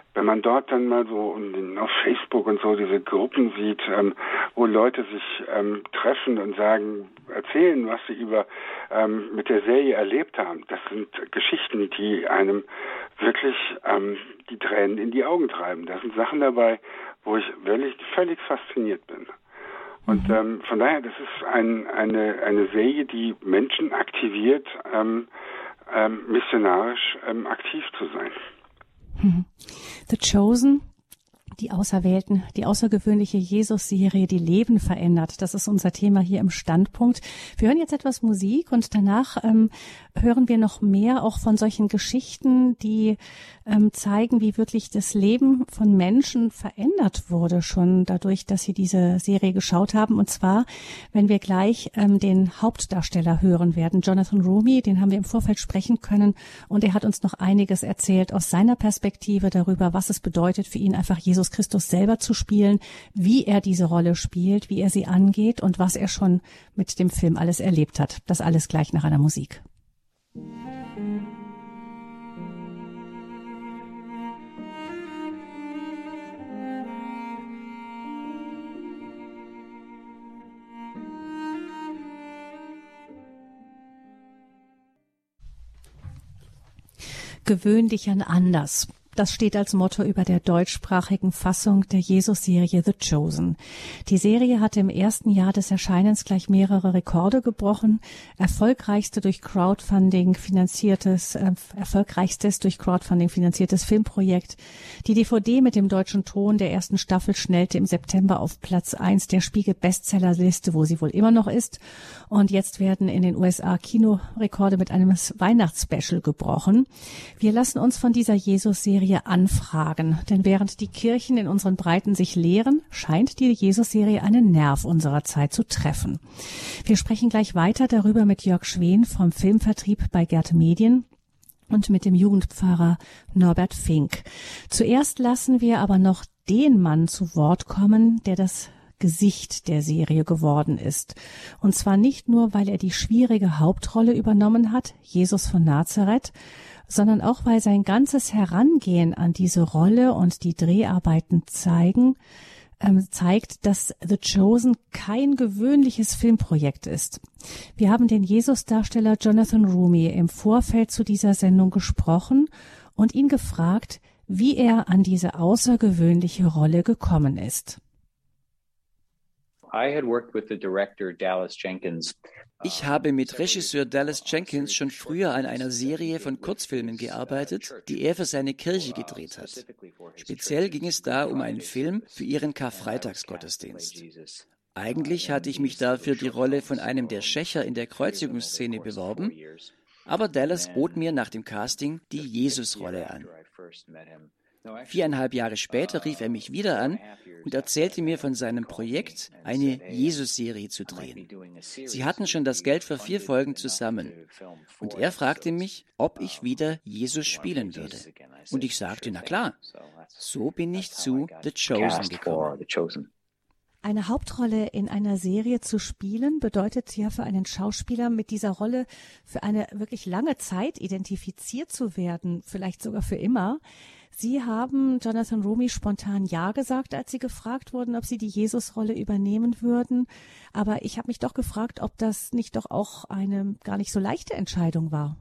wenn man dort dann mal so auf Facebook und so diese Gruppen sieht, wo Leute sich treffen und erzählen, was sie mit der Serie erlebt haben, das sind Geschichten, die einem wirklich die Tränen in die Augen treiben. Da sind Sachen dabei, wo ich wirklich völlig fasziniert bin. Und von daher, das ist eine Serie, die Menschen aktiviert, missionarisch aktiv zu sein. The Chosen, die Auserwählten, die außergewöhnliche Jesus-Serie, die Leben verändert. Das ist unser Thema hier im Standpunkt. Wir hören jetzt etwas Musik und danach hören wir noch mehr auch von solchen Geschichten, die zeigen, wie wirklich das Leben von Menschen verändert wurde, schon dadurch, dass sie diese Serie geschaut haben. Und zwar, wenn wir gleich den Hauptdarsteller hören werden, Jonathan Roumie, den haben wir im Vorfeld sprechen können. Und er hat uns noch einiges erzählt aus seiner Perspektive darüber, was es bedeutet für ihn, einfach Jesus Christus selber zu spielen, wie er diese Rolle spielt, wie er sie angeht und was er schon mit dem Film alles erlebt hat. Das alles gleich nach einer Musik. Gewöhn dich an anders. Das steht als Motto über der deutschsprachigen Fassung der Jesus-Serie The Chosen. Die Serie hatte im ersten Jahr des Erscheinens gleich mehrere Rekorde gebrochen. Erfolgreichstes durch Crowdfunding finanziertes Filmprojekt. Die DVD mit dem deutschen Ton der ersten Staffel schnellte im September auf Platz 1 der Spiegel-Bestsellerliste, wo sie wohl immer noch ist. Und jetzt werden in den USA Kinorekorde mit einem Weihnachtsspecial gebrochen. Wir lassen uns von dieser Jesus-Serie anfragen, denn während die Kirchen in unseren Breiten sich leeren, scheint die Jesus-Serie einen Nerv unserer Zeit zu treffen. Wir sprechen gleich weiter darüber mit Jörg Schwen vom Filmvertrieb bei Gerd Medien und mit dem Jugendpfarrer Norbert Fink. Zuerst lassen wir aber noch den Mann zu Wort kommen, der das Gesicht der Serie geworden ist. Und zwar nicht nur, weil er die schwierige Hauptrolle übernommen hat, Jesus von Nazareth, sondern auch, weil sein ganzes Herangehen an diese Rolle und die Dreharbeiten zeigt, dass The Chosen kein gewöhnliches Filmprojekt ist. Wir haben den Jesus-Darsteller Jonathan Roumie im Vorfeld zu dieser Sendung gesprochen und ihn gefragt, wie er an diese außergewöhnliche Rolle gekommen ist. Ich habe mit Regisseur Dallas Jenkins schon früher an einer Serie von Kurzfilmen gearbeitet, die er für seine Kirche gedreht hat. Speziell ging es da um einen Film für ihren Karfreitagsgottesdienst. Eigentlich hatte ich mich da für die Rolle von einem der Schächer in der Kreuzigungsszene beworben, aber Dallas bot mir nach dem Casting die Jesus-Rolle an. 4,5 Jahre später rief er mich wieder an und erzählte mir von seinem Projekt, eine Jesus-Serie zu drehen. Sie hatten schon das Geld für 4 Folgen zusammen. Und er fragte mich, ob ich wieder Jesus spielen würde. Und ich sagte, na klar. So bin ich zu The Chosen gekommen. Eine Hauptrolle in einer Serie zu spielen, bedeutet ja für einen Schauspieler, mit dieser Rolle für eine wirklich lange Zeit identifiziert zu werden, vielleicht sogar für immer. Sie haben Jonathan Roumie spontan Ja gesagt, als Sie gefragt wurden, ob Sie die Jesus-Rolle übernehmen würden. Aber ich habe mich doch gefragt, ob das nicht doch auch eine gar nicht so leichte Entscheidung war.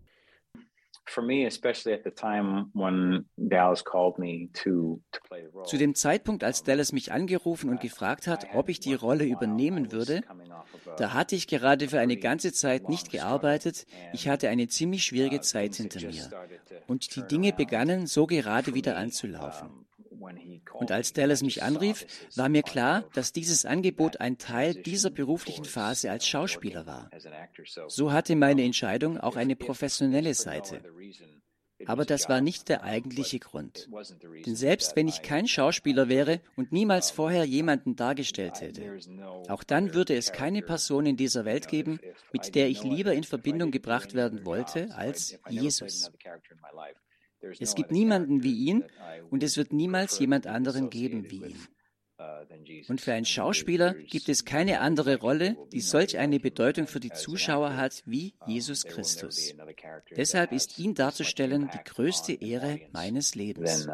Zu dem Zeitpunkt, als Dallas mich angerufen und gefragt hat, ob ich die Rolle übernehmen würde, da hatte ich gerade für eine ganze Zeit nicht gearbeitet. Ich hatte eine ziemlich schwierige Zeit hinter mir. Und die Dinge begannen so gerade wieder anzulaufen. Und als Dallas mich anrief, war mir klar, dass dieses Angebot ein Teil dieser beruflichen Phase als Schauspieler war. So hatte meine Entscheidung auch eine professionelle Seite. Aber das war nicht der eigentliche Grund. Denn selbst wenn ich kein Schauspieler wäre und niemals vorher jemanden dargestellt hätte, auch dann würde es keine Person in dieser Welt geben, mit der ich lieber in Verbindung gebracht werden wollte als Jesus. Es gibt niemanden wie ihn und es wird niemals jemand anderen geben wie ihn. Und für einen Schauspieler gibt es keine andere Rolle, die solch eine Bedeutung für die Zuschauer hat wie Jesus Christus. Deshalb ist ihn darzustellen die größte Ehre meines Lebens.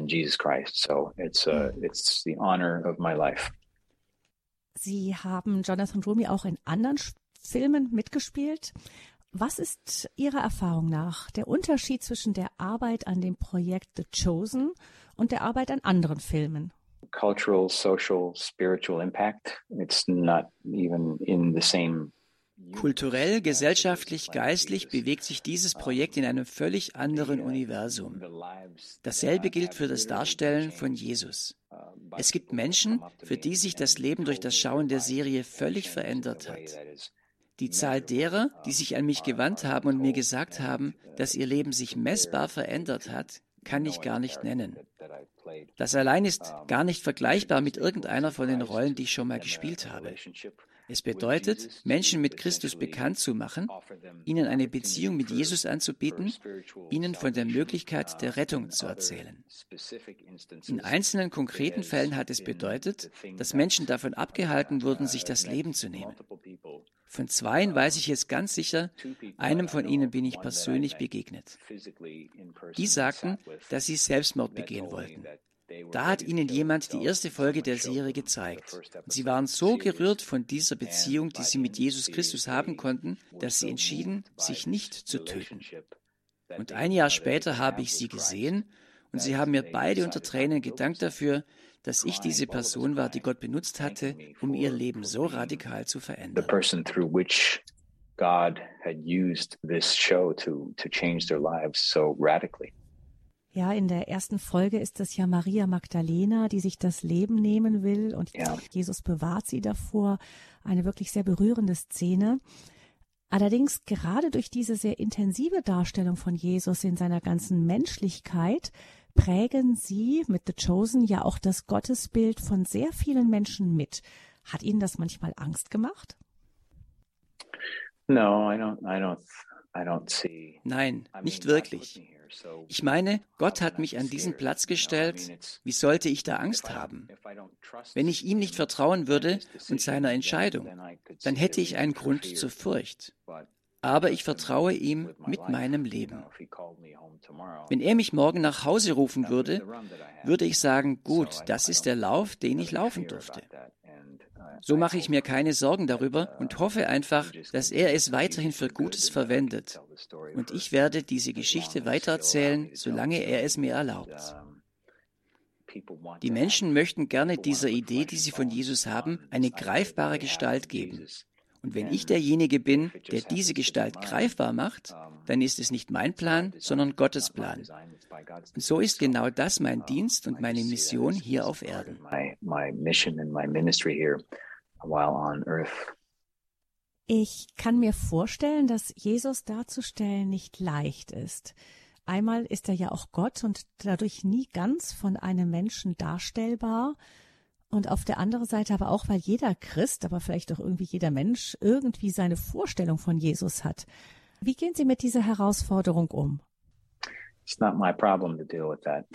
Sie haben Jonathan Roumie auch in anderen Filmen mitgespielt. Was ist Ihrer Erfahrung nach der Unterschied zwischen der Arbeit an dem Projekt The Chosen und der Arbeit an anderen Filmen? Cultural, social, spiritual impact. It's not even in the same. Kulturell, gesellschaftlich, geistlich bewegt sich dieses Projekt in einem völlig anderen Universum. Dasselbe gilt für das Darstellen von Jesus. Es gibt Menschen, für die sich das Leben durch das Schauen der Serie völlig verändert hat. Die Zahl derer, die sich an mich gewandt haben und mir gesagt haben, dass ihr Leben sich messbar verändert hat, kann ich gar nicht nennen. Das allein ist gar nicht vergleichbar mit irgendeiner von den Rollen, die ich schon mal gespielt habe. Es bedeutet, Menschen mit Christus bekannt zu machen, ihnen eine Beziehung mit Jesus anzubieten, ihnen von der Möglichkeit der Rettung zu erzählen. In einzelnen konkreten Fällen hat es bedeutet, dass Menschen davon abgehalten wurden, sich das Leben zu nehmen. Von zweien weiß ich jetzt ganz sicher, einem von ihnen bin ich persönlich begegnet. Die sagten, dass sie Selbstmord begehen wollten. Da hat ihnen jemand die erste Folge der Serie gezeigt. Und sie waren so gerührt von dieser Beziehung, die sie mit Jesus Christus haben konnten, dass sie entschieden, sich nicht zu töten. Und ein Jahr später habe ich sie gesehen und sie haben mir beide unter Tränen gedankt dafür, dass ich diese Person war, die Gott benutzt hatte, um ihr Leben so radikal zu verändern. God had used this show to change their lives so radically. Ja, in der ersten Folge ist es ja Maria Magdalena, die sich das Leben nehmen will und Jesus bewahrt sie davor. Eine wirklich sehr berührende Szene. Allerdings gerade durch diese sehr intensive Darstellung von Jesus in seiner ganzen Menschlichkeit prägen Sie mit The Chosen ja auch das Gottesbild von sehr vielen Menschen mit. Hat Ihnen das manchmal Angst gemacht? No, I don't see. Nein, nicht wirklich. Ich meine, Gott hat mich an diesen Platz gestellt. Wie sollte ich da Angst haben? Wenn ich ihm nicht vertrauen würde und seiner Entscheidung, dann hätte ich einen Grund zur Furcht. Aber ich vertraue ihm mit meinem Leben. Wenn er mich morgen nach Hause rufen würde, würde ich sagen, gut, das ist der Lauf, den ich laufen durfte. So mache ich mir keine Sorgen darüber und hoffe einfach, dass er es weiterhin für Gutes verwendet. Und ich werde diese Geschichte weitererzählen, solange er es mir erlaubt. Die Menschen möchten gerne dieser Idee, die sie von Jesus haben, eine greifbare Gestalt geben. Und wenn ich derjenige bin, der diese Gestalt greifbar macht, dann ist es nicht mein Plan, sondern Gottes Plan. Und so ist genau das mein Dienst und meine Mission hier auf Erden. Ich kann mir vorstellen, dass Jesus darzustellen nicht leicht ist. Einmal ist er ja auch Gott und dadurch nie ganz von einem Menschen darstellbar. Und auf der anderen Seite aber auch, weil jeder Christ, aber vielleicht auch irgendwie jeder Mensch irgendwie seine Vorstellung von Jesus hat. Wie gehen Sie mit dieser Herausforderung um? It's not my problem to deal with that.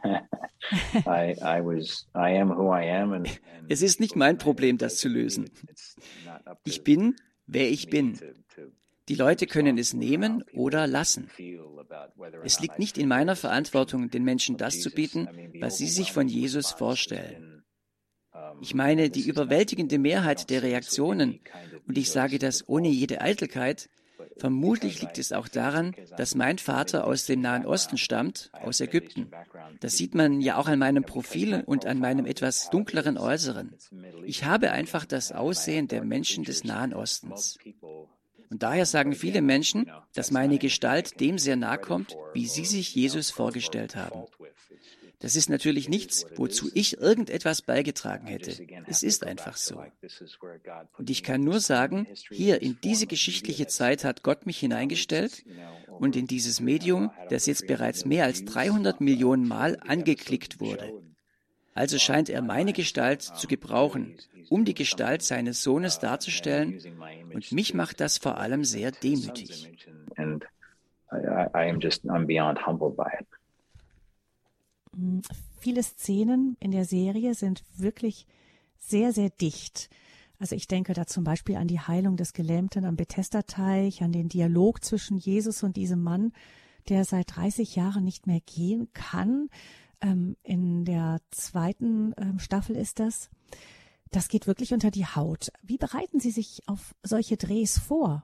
I am who I am. Es ist nicht mein Problem, das zu lösen. Ich bin, wer ich bin. Die Leute können es nehmen oder lassen. Es liegt nicht in meiner Verantwortung, den Menschen das zu bieten, was sie sich von Jesus vorstellen. Ich meine, die überwältigende Mehrheit der Reaktionen, und ich sage das ohne jede Eitelkeit, vermutlich liegt es auch daran, dass mein Vater aus dem Nahen Osten stammt, aus Ägypten. Das sieht man ja auch an meinem Profil und an meinem etwas dunkleren Äußeren. Ich habe einfach das Aussehen der Menschen des Nahen Ostens. Und daher sagen viele Menschen, dass meine Gestalt dem sehr nahe kommt, wie sie sich Jesus vorgestellt haben. Das ist natürlich nichts, wozu ich irgendetwas beigetragen hätte. Es ist einfach so. Und ich kann nur sagen, hier in diese geschichtliche Zeit hat Gott mich hineingestellt und in dieses Medium, das jetzt bereits mehr als 300 Millionen Mal angeklickt wurde. Also scheint er meine Gestalt zu gebrauchen, um die Gestalt seines Sohnes darzustellen, und mich macht das vor allem sehr demütig. I'm beyond humbled by it. Viele Szenen in der Serie sind wirklich sehr, sehr dicht. Also ich denke da zum Beispiel an die Heilung des Gelähmten am Bethesda-Teich, an den Dialog zwischen Jesus und diesem Mann, der seit 30 Jahren nicht mehr gehen kann. In der 2. Staffel ist das. Das geht wirklich unter die Haut. Wie bereiten Sie sich auf solche Drehs vor?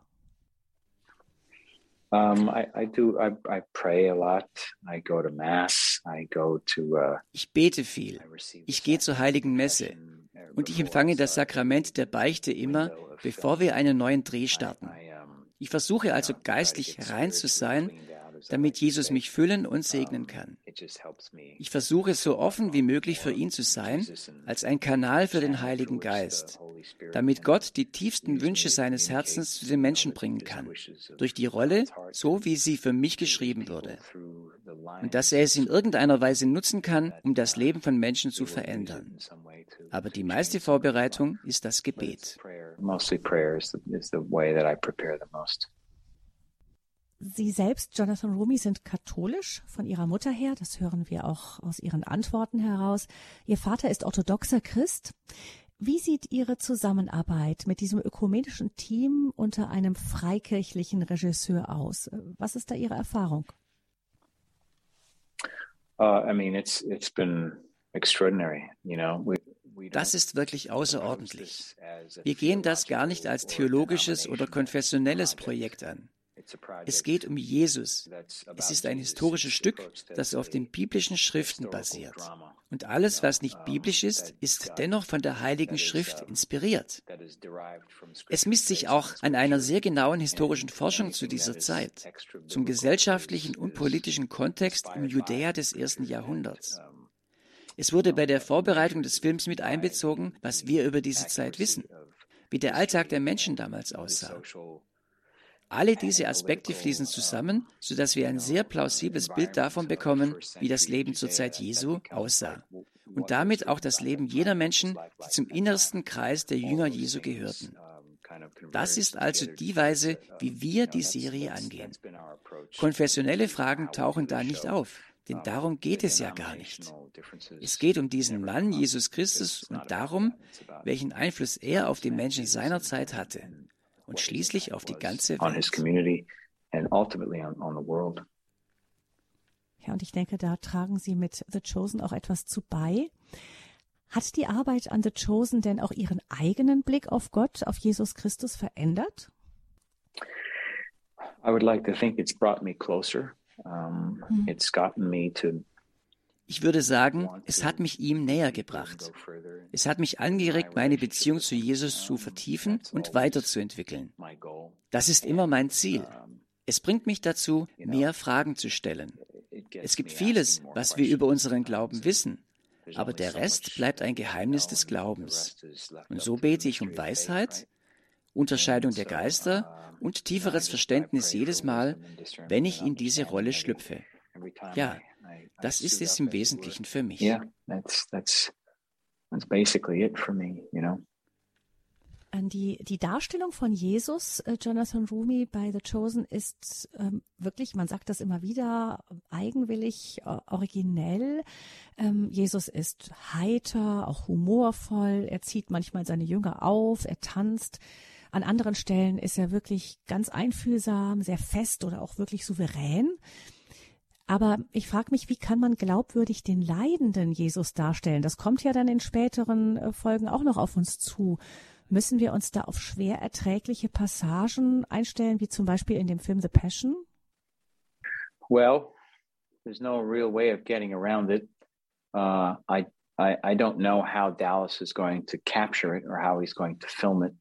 I pray a lot. I go to Mass. I go to. Ich bete viel. Ich gehe zur Heiligen Messe. Und ich empfange das Sakrament der Beichte immer, bevor wir einen neuen Dreh starten. Ich versuche also geistlich rein zu sein, damit Jesus mich füllen und segnen kann. Ich versuche so offen wie möglich für ihn zu sein, als ein Kanal für den Heiligen Geist, damit Gott die tiefsten Wünsche seines Herzens zu den Menschen bringen kann, durch die Rolle, so wie sie für mich geschrieben wurde. Und dass er es in irgendeiner Weise nutzen kann, um das Leben von Menschen zu verändern. Aber die meiste Vorbereitung ist das Gebet. Sie selbst, Jonathan Roumie, sind katholisch von ihrer Mutter her. Das hören wir auch aus Ihren Antworten heraus. Ihr Vater ist orthodoxer Christ. Wie sieht Ihre Zusammenarbeit mit diesem ökumenischen Team unter einem freikirchlichen Regisseur aus? Was ist da Ihre Erfahrung? It's been extraordinary, you know. Das ist wirklich außerordentlich. Wir gehen das gar nicht als theologisches oder konfessionelles Projekt an. Es geht um Jesus. Es ist ein historisches Stück, das auf den biblischen Schriften basiert. Und alles, was nicht biblisch ist, ist dennoch von der Heiligen Schrift inspiriert. Es misst sich auch an einer sehr genauen historischen Forschung zu dieser Zeit, zum gesellschaftlichen und politischen Kontext im Judäa des 1. Jahrhunderts. Es wurde bei der Vorbereitung des Films mit einbezogen, was wir über diese Zeit wissen, wie der Alltag der Menschen damals aussah. Alle diese Aspekte fließen zusammen, sodass wir ein sehr plausibles Bild davon bekommen, wie das Leben zur Zeit Jesu aussah. Und damit auch das Leben jener Menschen, die zum innersten Kreis der Jünger Jesu gehörten. Das ist also die Weise, wie wir die Serie angehen. Konfessionelle Fragen tauchen da nicht auf, denn darum geht es ja gar nicht. Es geht um diesen Mann, Jesus Christus, und darum, welchen Einfluss er auf die Menschen seiner Zeit hatte. Und schließlich auf die ganze Welt. Ja, und ich denke, da tragen Sie mit The Chosen auch etwas zu bei. Hat die Arbeit an The Chosen denn auch Ihren eigenen Blick auf Gott, auf Jesus Christus verändert? I would like to think it's brought me closer. It's gotten me to. Ich würde sagen, es hat mich ihm näher gebracht. Es hat mich angeregt, meine Beziehung zu Jesus zu vertiefen und weiterzuentwickeln. Das ist immer mein Ziel. Es bringt mich dazu, mehr Fragen zu stellen. Es gibt vieles, was wir über unseren Glauben wissen, aber der Rest bleibt ein Geheimnis des Glaubens. Und so bete ich um Weisheit, Unterscheidung der Geister und tieferes Verständnis jedes Mal, wenn ich in diese Rolle schlüpfe. Ja, das ist es im Wesentlichen für mich. Yeah, that's basically it for me, you know. Die Darstellung von Jesus, Jonathan Roumie bei The Chosen, ist wirklich, man sagt das immer wieder, eigenwillig, originell. Jesus ist heiter, auch humorvoll. Er zieht manchmal seine Jünger auf, er tanzt. An anderen Stellen ist er wirklich ganz einfühlsam, sehr fest oder auch wirklich souverän. Aber ich frage mich, wie kann man glaubwürdig den leidenden Jesus darstellen? Das kommt ja dann in späteren Folgen auch noch auf uns zu. Müssen wir uns da auf schwer erträgliche Passagen einstellen, wie zum Beispiel in dem Film The Passion? Well, there's no real way of getting around it. I don't know how Dallas is going to capture it or how he's going to film it.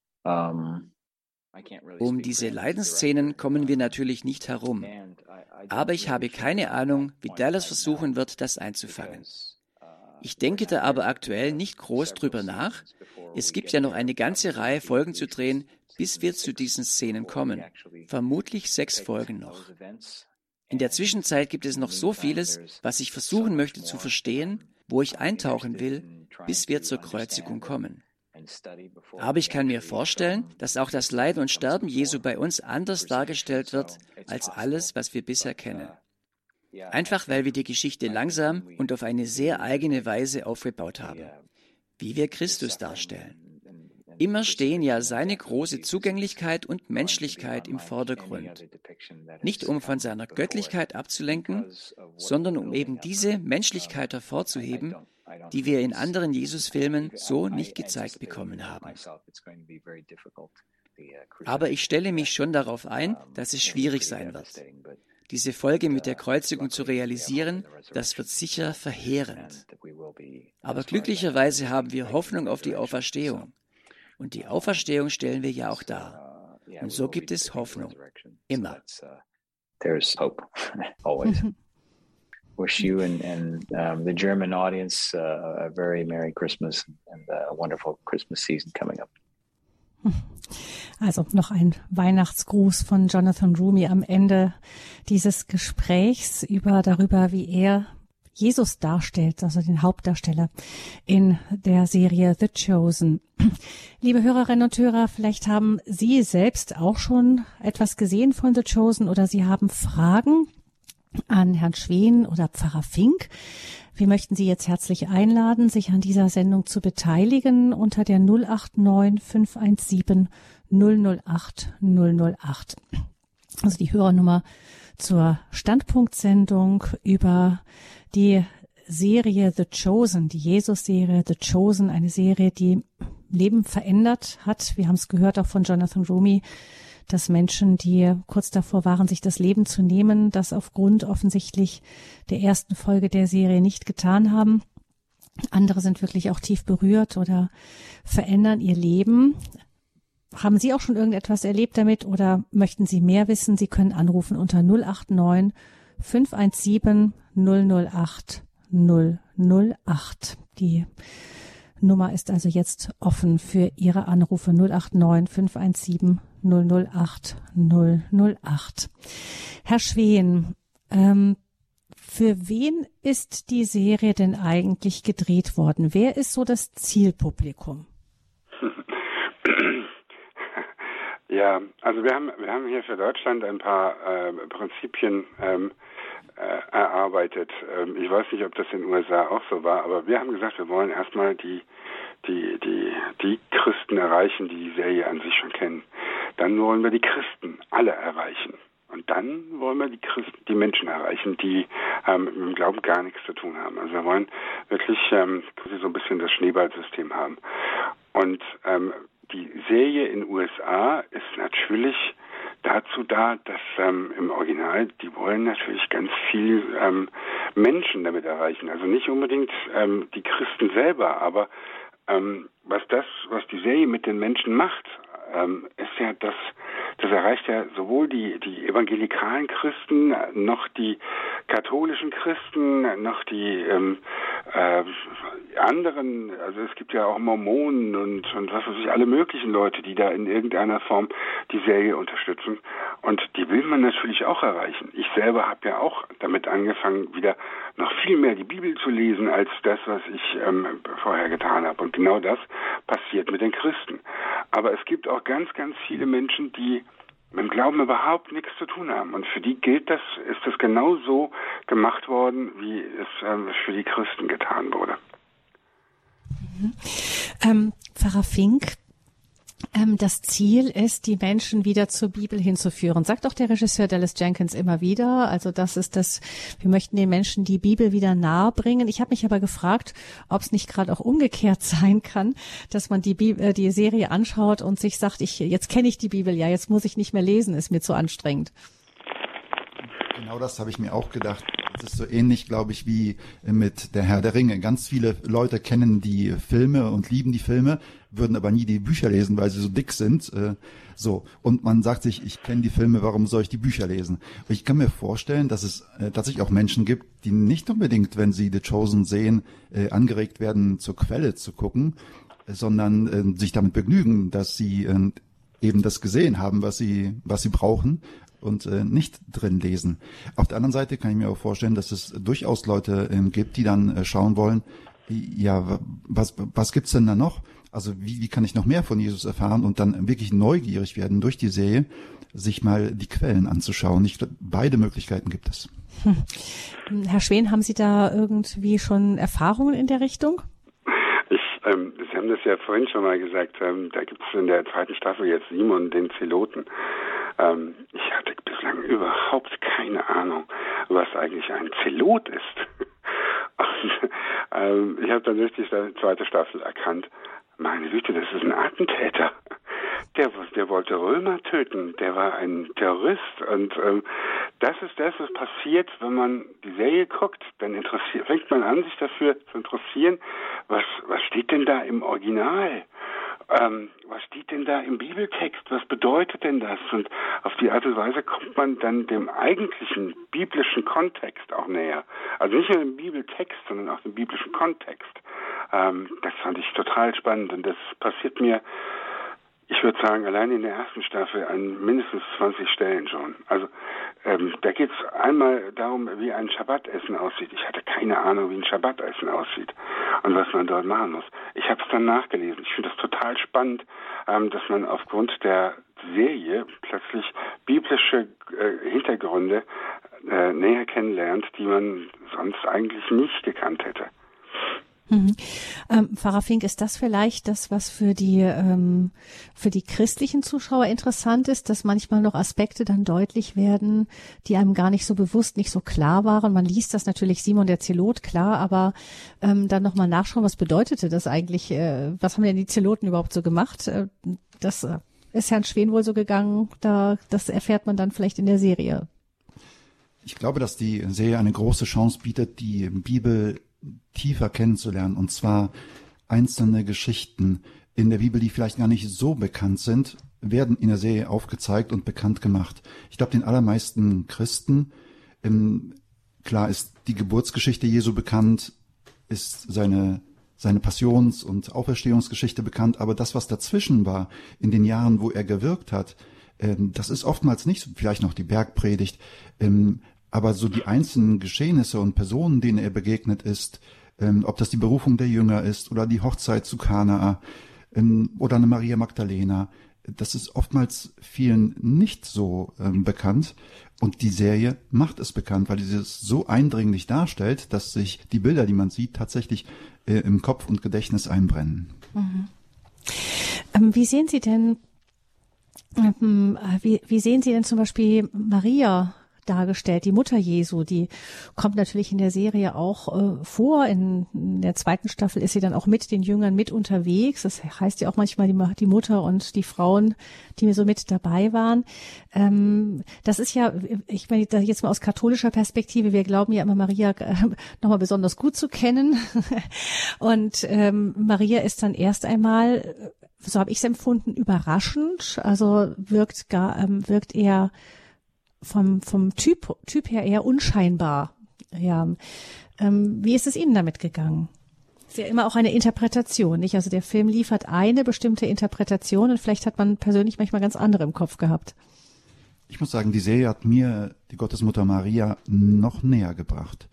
Um diese Leidensszenen kommen wir natürlich nicht herum. Aber ich habe keine Ahnung, wie Dallas versuchen wird, das einzufangen. Ich denke da aber aktuell nicht groß drüber nach. Es gibt ja noch eine ganze Reihe Folgen zu drehen, bis wir zu diesen Szenen kommen. Vermutlich 6 Folgen noch. In der Zwischenzeit gibt es noch so vieles, was ich versuchen möchte zu verstehen, wo ich eintauchen will, bis wir zur Kreuzigung kommen. Aber ich kann mir vorstellen, dass auch das Leiden und Sterben Jesu bei uns anders dargestellt wird als alles, was wir bisher kennen. Einfach weil wir die Geschichte langsam und auf eine sehr eigene Weise aufgebaut haben, wie wir Christus darstellen. Immer stehen ja seine große Zugänglichkeit und Menschlichkeit im Vordergrund. Nicht um von seiner Göttlichkeit abzulenken, sondern um eben diese Menschlichkeit hervorzuheben, die wir in anderen Jesus-Filmen so nicht gezeigt bekommen haben. Aber ich stelle mich schon darauf ein, dass es schwierig sein wird. Diese Folge mit der Kreuzigung zu realisieren, das wird sicher verheerend. Aber glücklicherweise haben wir Hoffnung auf die Auferstehung. Und die Auferstehung stellen wir ja auch dar. Und so gibt es Hoffnung. Immer. There's hope, always. Wish you and the German audience a very Merry Christmas and a wonderful Christmas season coming up. Also noch ein Weihnachtsgruß von Jonathan Roumie am Ende dieses Gesprächs darüber, wie er Jesus darstellt, also den Hauptdarsteller in der Serie The Chosen. Liebe Hörerinnen und Hörer, vielleicht haben Sie selbst auch schon etwas gesehen von The Chosen oder Sie haben Fragen an Herrn Schween oder Pfarrer Fink. Wir möchten Sie jetzt herzlich einladen, sich an dieser Sendung zu beteiligen unter der 089 517 008 008. Also die Hörernummer zur Standpunktsendung über die Serie The Chosen, die Jesus-Serie The Chosen, eine Serie, die Leben verändert hat. Wir haben es gehört auch von Jonathan Roumie, dass Menschen, die kurz davor waren, sich das Leben zu nehmen, das aufgrund offensichtlich der ersten Folge der Serie nicht getan haben. Andere sind wirklich auch tief berührt oder verändern ihr Leben. Haben Sie auch schon irgendetwas erlebt damit oder möchten Sie mehr wissen? Sie können anrufen unter 089 517 008 008. Die Nummer ist also jetzt offen für Ihre Anrufe 089 517 008 008. Herr Schween, für wen ist die Serie denn eigentlich gedreht worden? Wer ist so das Zielpublikum? Ja, also wir haben hier für Deutschland ein paar Prinzipien erarbeitet. Ich weiß nicht, ob das in den USA auch so war, aber wir haben gesagt, wir wollen erstmal die Christen erreichen, die die Serie an sich schon kennen. Dann wollen wir die Christen alle erreichen. Und dann wollen wir die Menschen erreichen, die mit dem Glauben gar nichts zu tun haben. Also wir wollen wirklich quasi so ein bisschen das Schneeballsystem haben. Und die Serie in den USA ist natürlich dazu da, dass im Original, die wollen natürlich ganz viel Menschen damit erreichen. Also nicht unbedingt die Christen selber, aber was die Serie mit den Menschen macht, ist ja, das erreicht ja sowohl die evangelikalen Christen, noch die katholischen Christen, noch die anderen, also es gibt ja auch Mormonen und was weiß ich, alle möglichen Leute, die da in irgendeiner Form die Serie unterstützen. Und die will man natürlich auch erreichen. Ich selber habe ja auch damit angefangen, wieder noch viel mehr die Bibel zu lesen, als das, was ich vorher getan habe. Und genau das passiert mit den Christen. Aber es gibt auch ganz, ganz viele Menschen, die mit dem Glauben überhaupt nichts zu tun haben. Und für die ist das genau so gemacht worden, wie es für die Christen getan wurde. Pfarrer Fink, das Ziel ist, die Menschen wieder zur Bibel hinzuführen. Sagt auch der Regisseur Dallas Jenkins immer wieder. Also wir möchten den Menschen die Bibel wieder nahe bringen. Ich habe mich aber gefragt, ob es nicht gerade auch umgekehrt sein kann, dass man die Serie anschaut und sich sagt, jetzt kenne ich die Bibel, ja, jetzt muss ich nicht mehr lesen, ist mir zu anstrengend. Genau das habe ich mir auch gedacht. Das ist so ähnlich, glaube ich, wie mit der Herr der Ringe. Ganz viele Leute kennen die Filme und lieben die Filme, würden aber nie die Bücher lesen, weil sie so dick sind. Und man sagt sich, ich kenne die Filme, warum soll ich die Bücher lesen? Und ich kann mir vorstellen, dass es tatsächlich auch Menschen gibt, die nicht unbedingt, wenn sie The Chosen sehen, angeregt werden, zur Quelle zu gucken, sondern sich damit begnügen, dass sie eben das gesehen haben, was sie brauchen und nicht drin lesen. Auf der anderen Seite kann ich mir auch vorstellen, dass es durchaus Leute gibt, die dann schauen wollen, ja, was gibt's denn da noch? Also wie kann ich noch mehr von Jesus erfahren und dann wirklich neugierig werden durch die Serie, sich mal die Quellen anzuschauen. Beide Möglichkeiten gibt es. Herr Schwen, haben Sie da irgendwie schon Erfahrungen in der Richtung? Sie haben das ja vorhin schon mal gesagt, da gibt es in der 2. Staffel jetzt Simon, den Zeloten. Ich hatte bislang überhaupt keine Ahnung, was eigentlich ein Zelot ist. Und, ich habe dann durch die 2. Staffel erkannt, meine Güte, das ist ein Attentäter. Der wollte Römer töten, der war ein Terrorist und das ist das, was passiert, wenn man die Serie guckt, dann fängt man an, sich dafür zu interessieren, was steht denn da im Original? Was steht denn da im Bibeltext? Was bedeutet denn das? Und auf die Art und Weise kommt man dann dem eigentlichen biblischen Kontext auch näher. Also nicht nur dem Bibeltext, sondern auch dem biblischen Kontext. Das fand ich total spannend und das passiert mir, ich würde sagen, allein in der 1. Staffel an mindestens 20 Stellen schon. Also da geht es einmal darum, wie ein Schabbatessen aussieht. Ich hatte keine Ahnung, wie ein Schabbatessen aussieht und was man dort machen muss. Ich habe es dann nachgelesen. Ich finde das total spannend, dass man aufgrund der Serie plötzlich biblische Hintergründe näher kennenlernt, die man sonst eigentlich nicht gekannt hätte. Pfarrer Fink, ist das vielleicht das, was für die christlichen Zuschauer interessant ist, dass manchmal noch Aspekte dann deutlich werden, die einem gar nicht so bewusst, nicht so klar waren? Man liest das natürlich, Simon der Zelot, klar, aber dann nochmal nachschauen, was bedeutete das eigentlich? Was haben denn die Zeloten überhaupt so gemacht? Das ist Herrn Schwen wohl so gegangen, das erfährt man dann vielleicht in der Serie. Ich glaube, dass die Serie eine große Chance bietet, die Bibel tiefer kennenzulernen, und zwar einzelne Geschichten in der Bibel, die vielleicht gar nicht so bekannt sind, werden in der Serie aufgezeigt und bekannt gemacht. Ich glaube, den allermeisten Christen, klar ist die Geburtsgeschichte Jesu bekannt, ist seine Passions- und Auferstehungsgeschichte bekannt, aber das, was dazwischen war, in den Jahren, wo er gewirkt hat, das ist oftmals nicht, vielleicht noch die Bergpredigt, aber so die einzelnen Geschehnisse und Personen, denen er begegnet ist, ob das die Berufung der Jünger ist oder die Hochzeit zu Kana oder eine Maria Magdalena, das ist oftmals vielen nicht so bekannt. Und die Serie macht es bekannt, weil sie es so eindringlich darstellt, dass sich die Bilder, die man sieht, tatsächlich im Kopf und Gedächtnis einbrennen. Wie sehen Sie denn, wie sehen Sie denn zum Beispiel Maria dargestellt, die Mutter Jesu, die kommt natürlich in der Serie auch vor. In der 2. Staffel ist sie dann auch mit den Jüngern mit unterwegs. Das heißt ja auch manchmal die Mutter und die Frauen, die mir so mit dabei waren. Das ist ja, ich meine, jetzt mal aus katholischer Perspektive, wir glauben ja immer, Maria nochmal besonders gut zu kennen. Und Maria ist dann erst einmal, so habe ich es empfunden, überraschend. Also wirkt eher vom Typ her eher unscheinbar. Ja. Wie ist es Ihnen damit gegangen? Ist ja immer auch eine Interpretation, nicht? Also der Film liefert eine bestimmte Interpretation und vielleicht hat man persönlich manchmal ganz andere im Kopf gehabt. Ich muss sagen, die Serie hat mir die Gottesmutter Maria noch näher gebracht.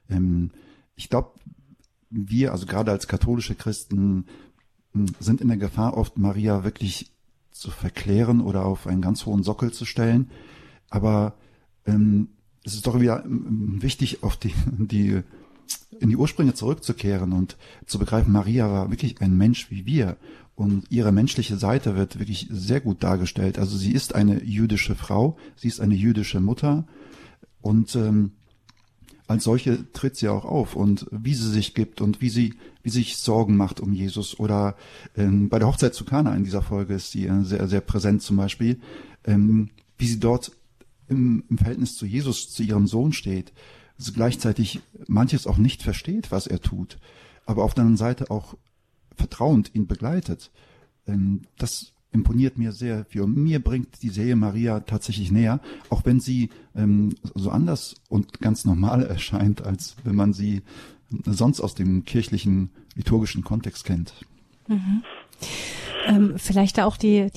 Ich glaube, wir, also gerade als katholische Christen, sind in der Gefahr, oft Maria wirklich zu verklären oder auf einen ganz hohen Sockel zu stellen. Aber es ist doch wieder wichtig, auf in die Ursprünge zurückzukehren und zu begreifen, Maria war wirklich ein Mensch wie wir. Und ihre menschliche Seite wird wirklich sehr gut dargestellt. Also sie ist eine jüdische Frau, sie ist eine jüdische Mutter und als solche tritt sie auch auf. Und wie sie sich gibt und wie sie sich Sorgen macht um Jesus. Oder bei der Hochzeit zu Kana in dieser Folge ist sie sehr, sehr präsent zum Beispiel, wie sie dort im Verhältnis zu Jesus, zu ihrem Sohn steht, also gleichzeitig manches auch nicht versteht, was er tut, aber auf der anderen Seite auch vertrauend ihn begleitet. Das imponiert mir sehr viel. Und mir bringt die Serie Maria tatsächlich näher, auch wenn sie so anders und ganz normal erscheint, als wenn man sie sonst aus dem kirchlichen, liturgischen Kontext kennt. Mhm. Vielleicht auch die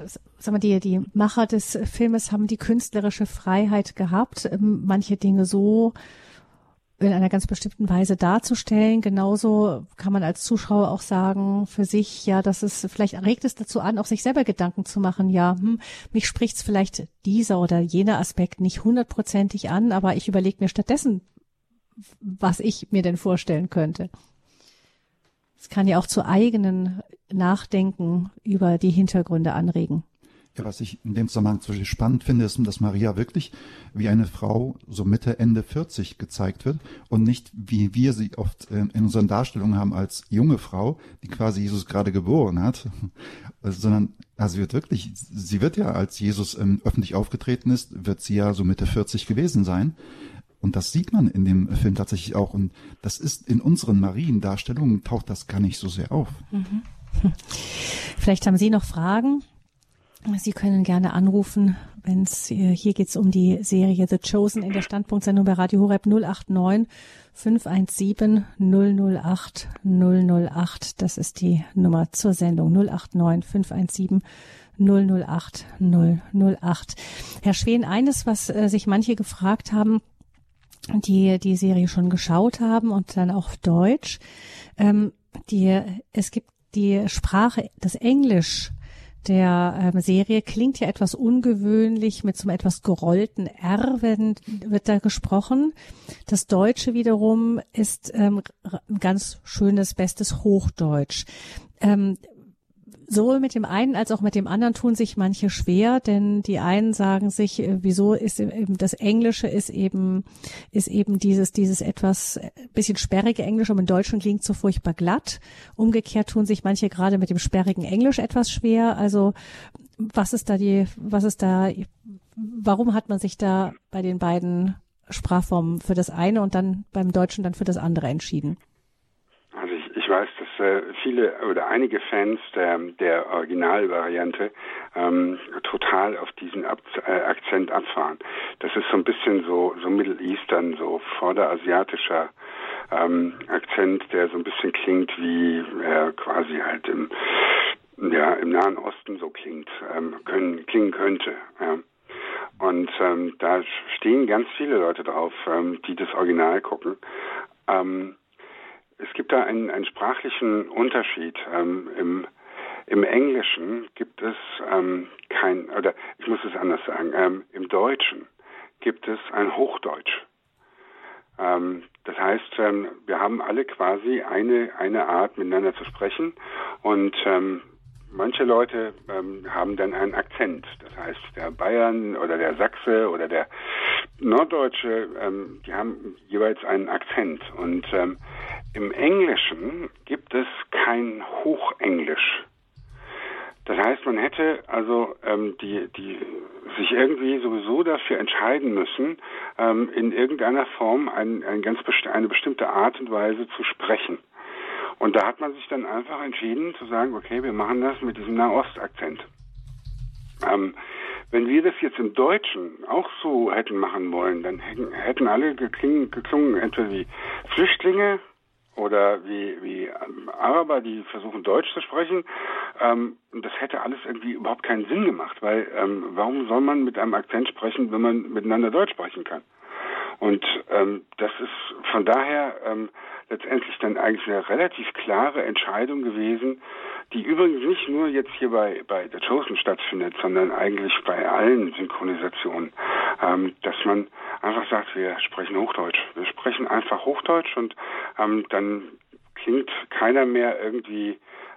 Macher des Filmes haben die künstlerische Freiheit gehabt, manche Dinge so in einer ganz bestimmten Weise darzustellen. Genauso kann man als Zuschauer auch sagen für sich, ja, dass es vielleicht regt es dazu an, auch sich selber Gedanken zu machen. Ja, mich spricht's vielleicht dieser oder jener Aspekt nicht 100%ig an, aber ich überlege mir stattdessen, was ich mir denn vorstellen könnte. Es kann ja auch zu eigenen Nachdenken über die Hintergründe anregen. Ja, was ich in dem Zusammenhang zum Beispiel spannend finde, ist, dass Maria wirklich wie eine Frau so Mitte, Ende 40 gezeigt wird und nicht, wie wir sie oft in unseren Darstellungen haben, als junge Frau, die quasi Jesus gerade geboren hat, sondern also sie wird ja, als Jesus öffentlich aufgetreten ist, wird sie ja so Mitte 40 gewesen sein. Und das sieht man in dem Film tatsächlich auch. Und das ist in unseren Mariendarstellungen, taucht das gar nicht so sehr auf. Mhm. Vielleicht haben Sie noch Fragen? Sie können gerne anrufen, hier geht es um die Serie The Chosen in der Standpunktsendung bei Radio Horeb 089 517 008 008. Das ist die Nummer zur Sendung 089 517 008 008. Herr Schwen, eines, was sich manche gefragt haben, die die Serie schon geschaut haben und dann auch auf Deutsch. Es gibt die Sprache, das Englisch der Serie klingt ja etwas ungewöhnlich, mit so einem etwas gerollten R wird da gesprochen. Das Deutsche wiederum ist ganz schönes, bestes Hochdeutsch. Sowohl mit dem einen als auch mit dem anderen tun sich manche schwer, denn die einen sagen sich, wieso ist eben das Englische ist eben dieses etwas bisschen sperrige Englisch, und im Deutschen klingt so furchtbar glatt. Umgekehrt tun sich manche gerade mit dem sperrigen Englisch etwas schwer. Also warum hat man sich da bei den beiden Sprachformen für das eine und dann beim Deutschen dann für das andere entschieden? Also ich weiß, dass viele oder einige Fans der Originalvariante total auf diesen Akzent abfahren. Das ist so ein bisschen so Middle Eastern, so vorderasiatischer Akzent, der so ein bisschen klingt wie quasi halt im Nahen Osten so klingen könnte. Ja. Und da stehen ganz viele Leute drauf, die das Original gucken. Es gibt da einen sprachlichen Unterschied. Im Englischen gibt es ich muss es anders sagen, im Deutschen gibt es ein Hochdeutsch. Das heißt, wir haben alle quasi eine Art, miteinander zu sprechen, und manche Leute haben dann einen Akzent. Das heißt, der Bayern oder der Sachse oder der Norddeutsche, die haben jeweils einen Akzent. Und im Englischen gibt es kein Hochenglisch. Das heißt, man hätte also die sich irgendwie sowieso dafür entscheiden müssen, in irgendeiner Form eine bestimmte Art und Weise zu sprechen. Und da hat man sich dann einfach entschieden zu sagen, okay, wir machen das mit diesem Nahostakzent. Wenn wir das jetzt im Deutschen auch so hätten machen wollen, dann hätten alle geklungen entweder wie Flüchtlinge oder wie Araber, die versuchen Deutsch zu sprechen. Und das hätte alles irgendwie überhaupt keinen Sinn gemacht, weil warum soll man mit einem Akzent sprechen, wenn man miteinander Deutsch sprechen kann? Und das ist von daher letztendlich dann eigentlich eine relativ klare Entscheidung gewesen, die übrigens nicht nur jetzt hier bei The Chosen stattfindet, sondern eigentlich bei allen Synchronisationen, dass man einfach sagt, wir sprechen Hochdeutsch. Wir sprechen einfach Hochdeutsch, und dann klingt keiner mehr irgendwie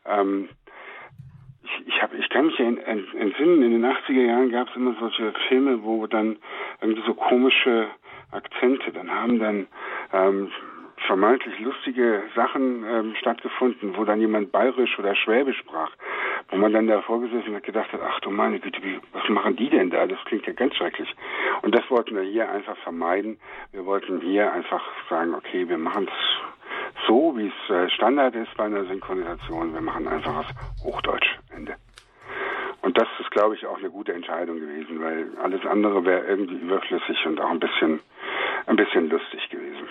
ich kann mich entsinnen, in den 80er Jahren gab es immer solche Filme, wo dann irgendwie so komische Akzente, dann haben dann vermeintlich lustige Sachen stattgefunden, wo dann jemand bayerisch oder schwäbisch sprach, wo man dann davor gesessen und gedacht hat, ach du meine Güte, was machen die denn da? Das klingt ja ganz schrecklich. Und das wollten wir hier einfach vermeiden. Wir wollten hier einfach sagen, okay, wir machen es so, wie es Standard ist bei einer Synchronisation. Wir machen einfach das Hochdeutsch, Ende. Und das ist, glaube ich, auch eine gute Entscheidung gewesen, weil alles andere wäre irgendwie überflüssig und auch ein bisschen lustig gewesen.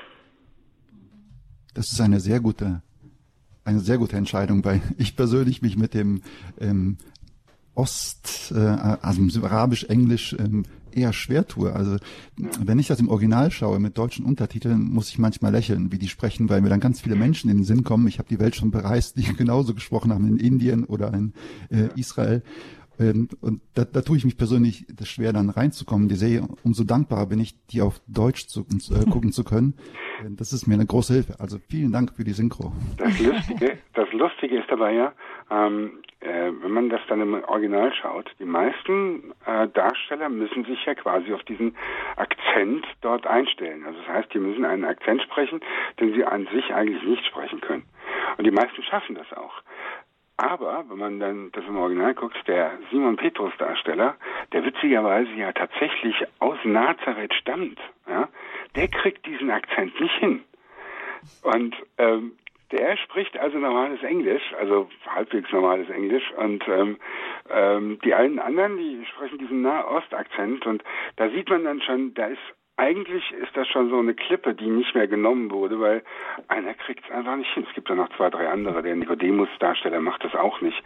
Das ist eine sehr gute Entscheidung, weil ich persönlich mich mit dem also im Arabisch, Englisch eher schwer tue. Also wenn ich das im Original schaue mit deutschen Untertiteln, muss ich manchmal lächeln, wie die sprechen, weil mir dann ganz viele Menschen in den Sinn kommen. Ich habe die Welt schon bereist, die genauso gesprochen haben in Indien oder in Israel. Und da tue ich mich persönlich das schwer, dann reinzukommen. Die Serie, umso dankbarer bin ich, die auf Deutsch gucken zu können. Das ist mir eine große Hilfe. Also vielen Dank für die Synchro. Das Lustige ist dabei ja, wenn man das dann im Original schaut, die meisten Darsteller müssen sich ja quasi auf diesen Akzent dort einstellen. Also das heißt, die müssen einen Akzent sprechen, den sie an sich eigentlich nicht sprechen können. Und die meisten schaffen das auch. Aber wenn man dann das im Original guckt, der Simon Petrus Darsteller, der witzigerweise ja tatsächlich aus Nazareth stammt, ja, der kriegt diesen Akzent nicht hin. Und der spricht also normales Englisch, also halbwegs normales Englisch, und die allen anderen, die sprechen diesen Nahost-Akzent, und da sieht man dann schon, eigentlich ist das schon so eine Klippe, die nicht mehr genommen wurde, weil einer kriegt es einfach nicht hin. Es gibt ja noch 2, 3 andere. Der Nikodemus-Darsteller macht das auch nicht.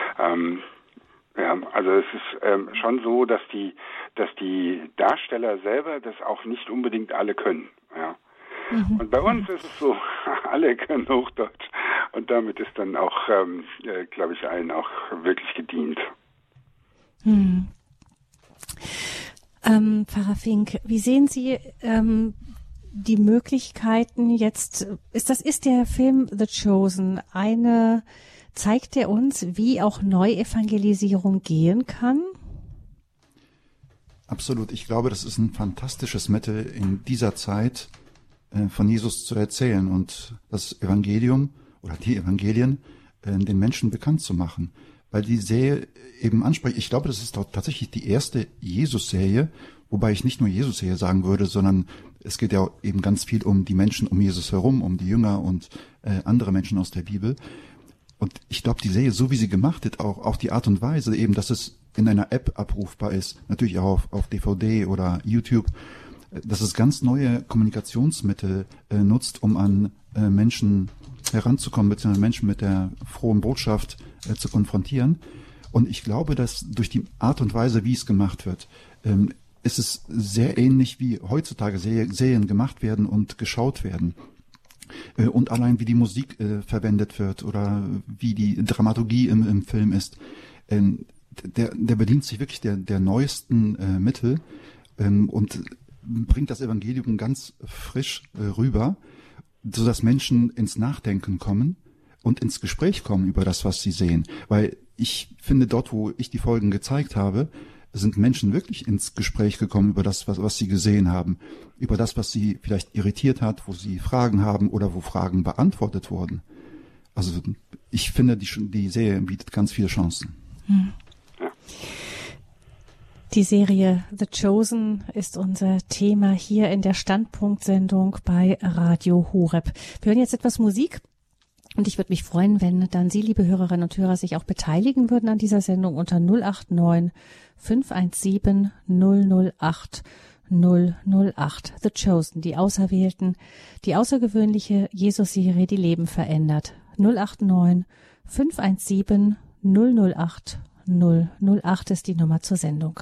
Also es ist schon so, dass die Darsteller selber das auch nicht unbedingt alle können. Ja. Mhm. Und bei uns ist es so, alle können Hochdeutsch. Und damit ist dann auch, glaube ich, allen auch wirklich gedient. Mhm. Pfarrer Fink, wie sehen Sie die Möglichkeiten jetzt? Ist der Film The Chosen zeigt er uns, wie auch Neuevangelisierung gehen kann? Absolut. Ich glaube, das ist ein fantastisches Mittel in dieser Zeit von Jesus zu erzählen und das Evangelium oder die Evangelien den Menschen bekannt zu machen. Weil die Serie eben anspricht, ich glaube, das ist doch tatsächlich die erste Jesus-Serie, wobei ich nicht nur Jesus-Serie sagen würde, sondern es geht ja eben ganz viel um die Menschen um Jesus herum, um die Jünger und andere Menschen aus der Bibel. Und ich glaube, die Serie, so wie sie gemacht ist, auch die Art und Weise eben, dass es in einer App abrufbar ist, natürlich auch auf DVD oder YouTube, dass es ganz neue Kommunikationsmittel nutzt, um an Menschen heranzukommen, beziehungsweise Menschen mit der frohen Botschaft zu konfrontieren. Und ich glaube, dass durch die Art und Weise, wie es gemacht wird, ist es sehr ähnlich, wie heutzutage Serien gemacht werden und geschaut werden. Und allein wie die Musik verwendet wird oder wie die Dramaturgie im Film ist, der bedient sich wirklich der neuesten Mittel und bringt das Evangelium ganz frisch rüber, sodass Menschen ins Nachdenken kommen und ins Gespräch kommen über das, was sie sehen. Weil ich finde, dort, wo ich die Folgen gezeigt habe, sind Menschen wirklich ins Gespräch gekommen über das, was sie gesehen haben, über das, was sie vielleicht irritiert hat, wo sie Fragen haben oder wo Fragen beantwortet wurden. Also ich finde, die Serie bietet ganz viele Chancen. Hm. Die Serie The Chosen ist unser Thema hier in der Standpunkt-Sendung bei Radio Horeb. Wir hören jetzt etwas Musik. Und ich würde mich freuen, wenn dann Sie, liebe Hörerinnen und Hörer, sich auch beteiligen würden an dieser Sendung unter 089 517 008 008. The Chosen, die Auserwählten, die außergewöhnliche Jesus-Serie, die Leben verändert. 089 517 008 008 ist die Nummer zur Sendung.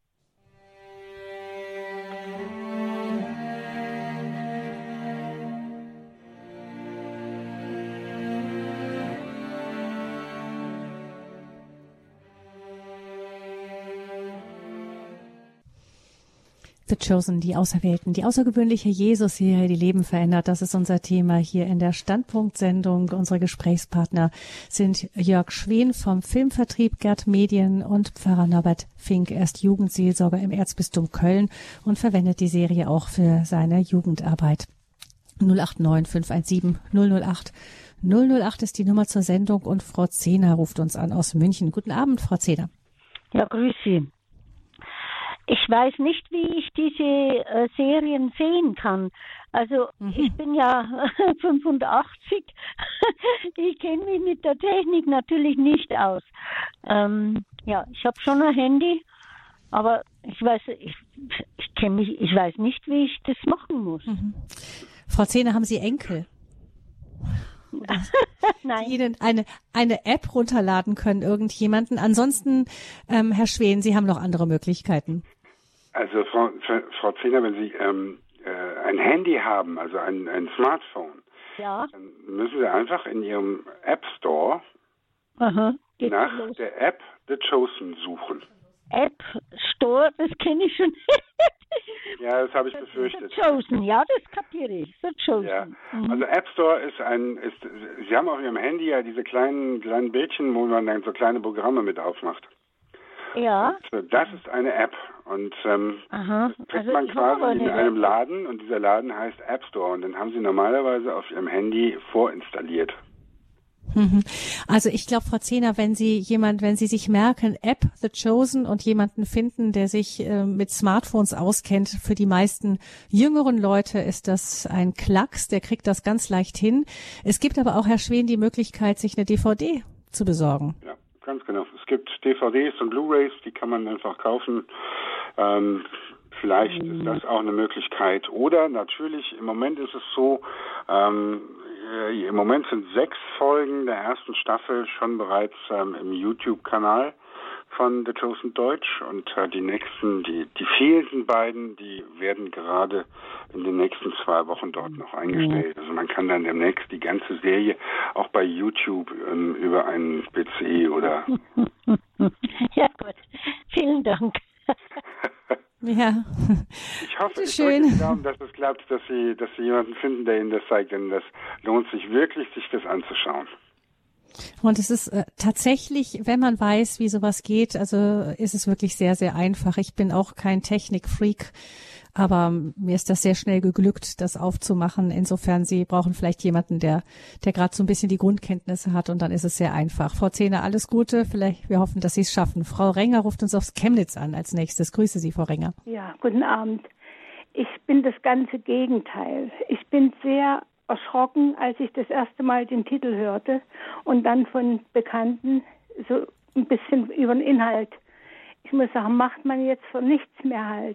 The Chosen, die Auserwählten, die außergewöhnliche Jesus-Serie, die Leben verändert. Das ist unser Thema hier in der Standpunkt-Sendung. Unsere Gesprächspartner sind Jörg Schwen vom Filmvertrieb Gerd Medien und Pfarrer Norbert Fink. Er ist Jugendseelsorger im Erzbistum Köln und verwendet die Serie auch für seine Jugendarbeit. 089 517 008 008 ist die Nummer zur Sendung und Frau Zehner ruft uns an aus München. Guten Abend, Frau Zehner. Ja, grüß Sie. Ich weiß nicht, wie ich diese Serien sehen kann. Also ich bin ja 85. Ich kenne mich mit der Technik natürlich nicht aus. Ja, ich habe schon ein Handy, aber ich weiß nicht, wie ich das machen muss. Frau Zehner, haben Sie Enkel? Nein. Die Ihnen eine App runterladen können, irgendjemanden. Ansonsten, Herr Schwen, Sie haben noch andere Möglichkeiten. Also Frau Zehner, wenn Sie ein Handy haben, also ein Smartphone, Ja. dann müssen Sie einfach in Ihrem App Store Aha. nach der App The Chosen suchen. App Store, das kenne ich schon. Ja, das habe ich befürchtet. The Chosen, ja, das kapiere ich. The Chosen. Ja, also App Store ist Sie haben auf Ihrem Handy ja diese kleinen Bildchen, wo man dann so kleine Programme mit aufmacht. Ja. Und, das ist eine App und das kriegt man quasi in einem Laden und dieser Laden heißt App Store und dann haben Sie normalerweise auf Ihrem Handy vorinstalliert. Also ich glaube, Frau Zehner, wenn Sie sich merken, App The Chosen und jemanden finden, der sich mit Smartphones auskennt, für die meisten jüngeren Leute ist das ein Klacks, der kriegt das ganz leicht hin. Es gibt aber auch, Herr Schwen, die Möglichkeit, sich eine DVD zu besorgen. Ja, ganz genau. Es gibt DVDs und Blu-rays, die kann man einfach kaufen. Vielleicht ist das auch eine Möglichkeit. Oder natürlich, im Moment ist es so, im Moment sind 6 Folgen der ersten Staffel schon bereits im YouTube-Kanal von The Chosen Deutsch und die nächsten, die fehlenden beiden, die werden gerade in den nächsten 2 Wochen dort noch eingestellt. Also man kann dann demnächst die ganze Serie auch bei YouTube über einen PC oder... Ja gut, vielen Dank. Ja. Ich hoffe, ich drücke die Daumen, dass es klappt, dass Sie jemanden finden, der Ihnen das zeigt, denn das lohnt sich wirklich, sich das anzuschauen. Und es ist tatsächlich, wenn man weiß, wie sowas geht, also ist es wirklich sehr, sehr einfach. Ich bin auch kein Technikfreak, aber mir ist das sehr schnell geglückt, das aufzumachen. Insofern, Sie brauchen vielleicht jemanden, der gerade so ein bisschen die Grundkenntnisse hat und dann ist es sehr einfach. Frau Zehner, alles Gute. Vielleicht, wir hoffen, dass Sie es schaffen. Frau Renger ruft uns aus Chemnitz an als nächstes. Grüße Sie, Frau Renger. Ja, guten Abend. Ich bin das ganze Gegenteil. Ich bin sehr erschrocken, als ich das erste Mal den Titel hörte und dann von Bekannten so ein bisschen über den Inhalt. Ich muss sagen, macht man jetzt für nichts mehr halt.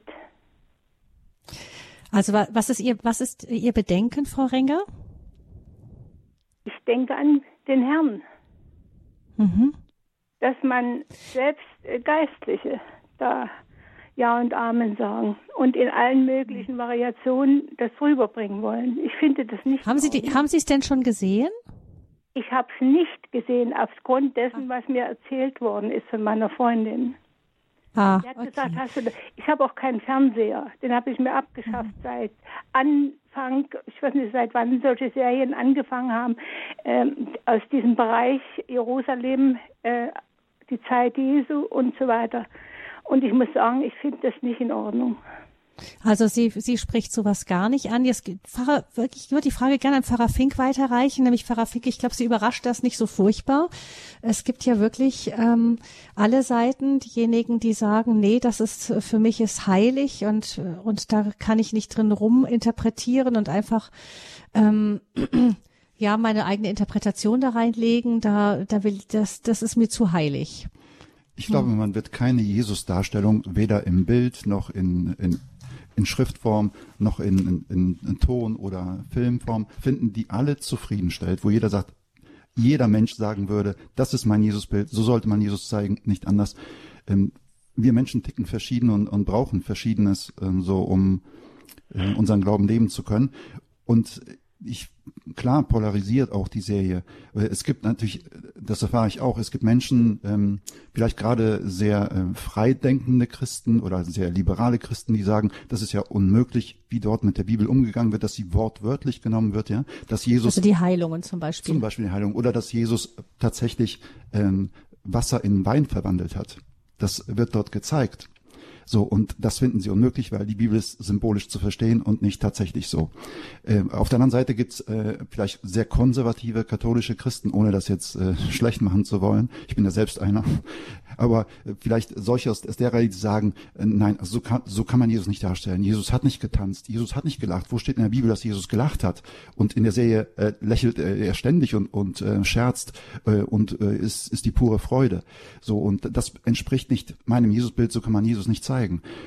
Also was ist Ihr Bedenken, Frau Renger? Ich denke an den Herrn. Dass man selbst Geistliche da Ja und Amen sagen und in allen möglichen Variationen das rüberbringen wollen. Ich finde das nicht. Haben Sie es denn schon gesehen? Ich habe es nicht gesehen, aufgrund dessen, was mir erzählt worden ist von meiner Freundin. Sie hat gesagt, ich habe auch keinen Fernseher. Den habe ich mir abgeschafft seit Anfang, ich weiß nicht, seit wann solche Serien angefangen haben, aus diesem Bereich Jerusalem, die Zeit Jesu und so weiter. Und ich muss sagen, ich finde das nicht in Ordnung. Also sie spricht sowas gar nicht an. Ich würde die Frage gerne an Pfarrer Fink weiterreichen. Nämlich Pfarrer Fink, ich glaube, Sie überrascht das nicht so furchtbar. Es gibt ja wirklich alle Seiten, diejenigen, die sagen, nee, das ist für mich ist heilig und da kann ich nicht drin ruminterpretieren und einfach ja meine eigene Interpretation da reinlegen. Da will das ist mir zu heilig. Ich glaube, man wird keine Jesus-Darstellung weder im Bild noch in Schriftform noch in Ton oder Filmform finden, die alle zufriedenstellt, wo jeder Mensch sagen würde, das ist mein Jesusbild, so sollte man Jesus zeigen, nicht anders. Wir Menschen ticken verschieden und brauchen Verschiedenes, so um unseren Glauben leben zu können. Und klar polarisiert auch die Serie. Es gibt natürlich, das erfahre ich auch, es gibt Menschen, vielleicht gerade sehr freidenkende Christen oder sehr liberale Christen, die sagen, das ist ja unmöglich, wie dort mit der Bibel umgegangen wird, dass sie wortwörtlich genommen wird, ja, dass Jesus. Also die Heilungen zum Beispiel. Zum Beispiel die Heilung. Oder dass Jesus tatsächlich Wasser in Wein verwandelt hat. Das wird dort gezeigt. So, und das finden sie unmöglich, weil die Bibel ist symbolisch zu verstehen und nicht tatsächlich so. Auf der anderen Seite gibt's vielleicht sehr konservative katholische Christen, ohne das jetzt schlecht machen zu wollen. Ich bin ja selbst einer. Aber vielleicht solche aus der Reihe, die sagen, nein, so kann man Jesus nicht darstellen. Jesus hat nicht getanzt, Jesus hat nicht gelacht. Wo steht in der Bibel, dass Jesus gelacht hat? Und in der Serie lächelt er ständig und scherzt und ist die pure Freude. So, und das entspricht nicht meinem Jesusbild, so kann man Jesus nicht zeigen.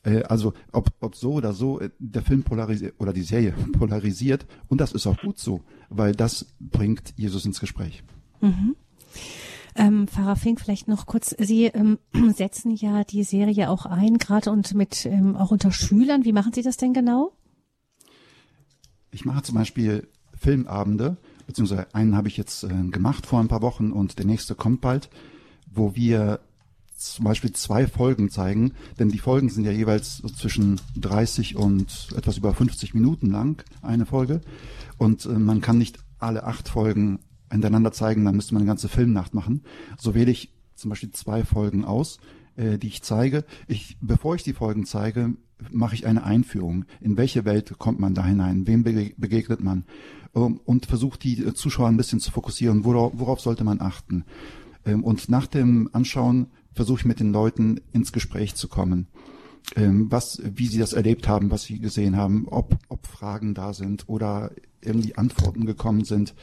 Also ob so oder so, der Film polarisiert oder die Serie polarisiert, und das ist auch gut so, weil das bringt Jesus ins Gespräch. Mhm. Pfarrer Fink, vielleicht noch kurz, Sie setzen ja die Serie auch ein, gerade und mit auch unter Schülern. Wie machen Sie das denn genau? Ich mache zum Beispiel Filmabende, beziehungsweise einen habe ich jetzt gemacht vor ein paar Wochen und der nächste kommt bald, wo wir zum Beispiel 2 Folgen zeigen, denn die Folgen sind ja jeweils so zwischen 30 und etwas über 50 Minuten lang, eine Folge. Und man kann nicht alle 8 Folgen hintereinander zeigen, dann müsste man eine ganze Filmnacht machen. So wähle ich zum Beispiel 2 Folgen aus, die ich zeige. Bevor ich die Folgen zeige, mache ich eine Einführung. In welche Welt kommt man da hinein? Wem begegnet man? Und versuche die Zuschauer ein bisschen zu fokussieren. Worauf sollte man achten? Und nach dem Anschauen versuche ich mit den Leuten ins Gespräch zu kommen. Wie sie das erlebt haben, was sie gesehen haben, ob Fragen da sind oder irgendwie Antworten gekommen sind.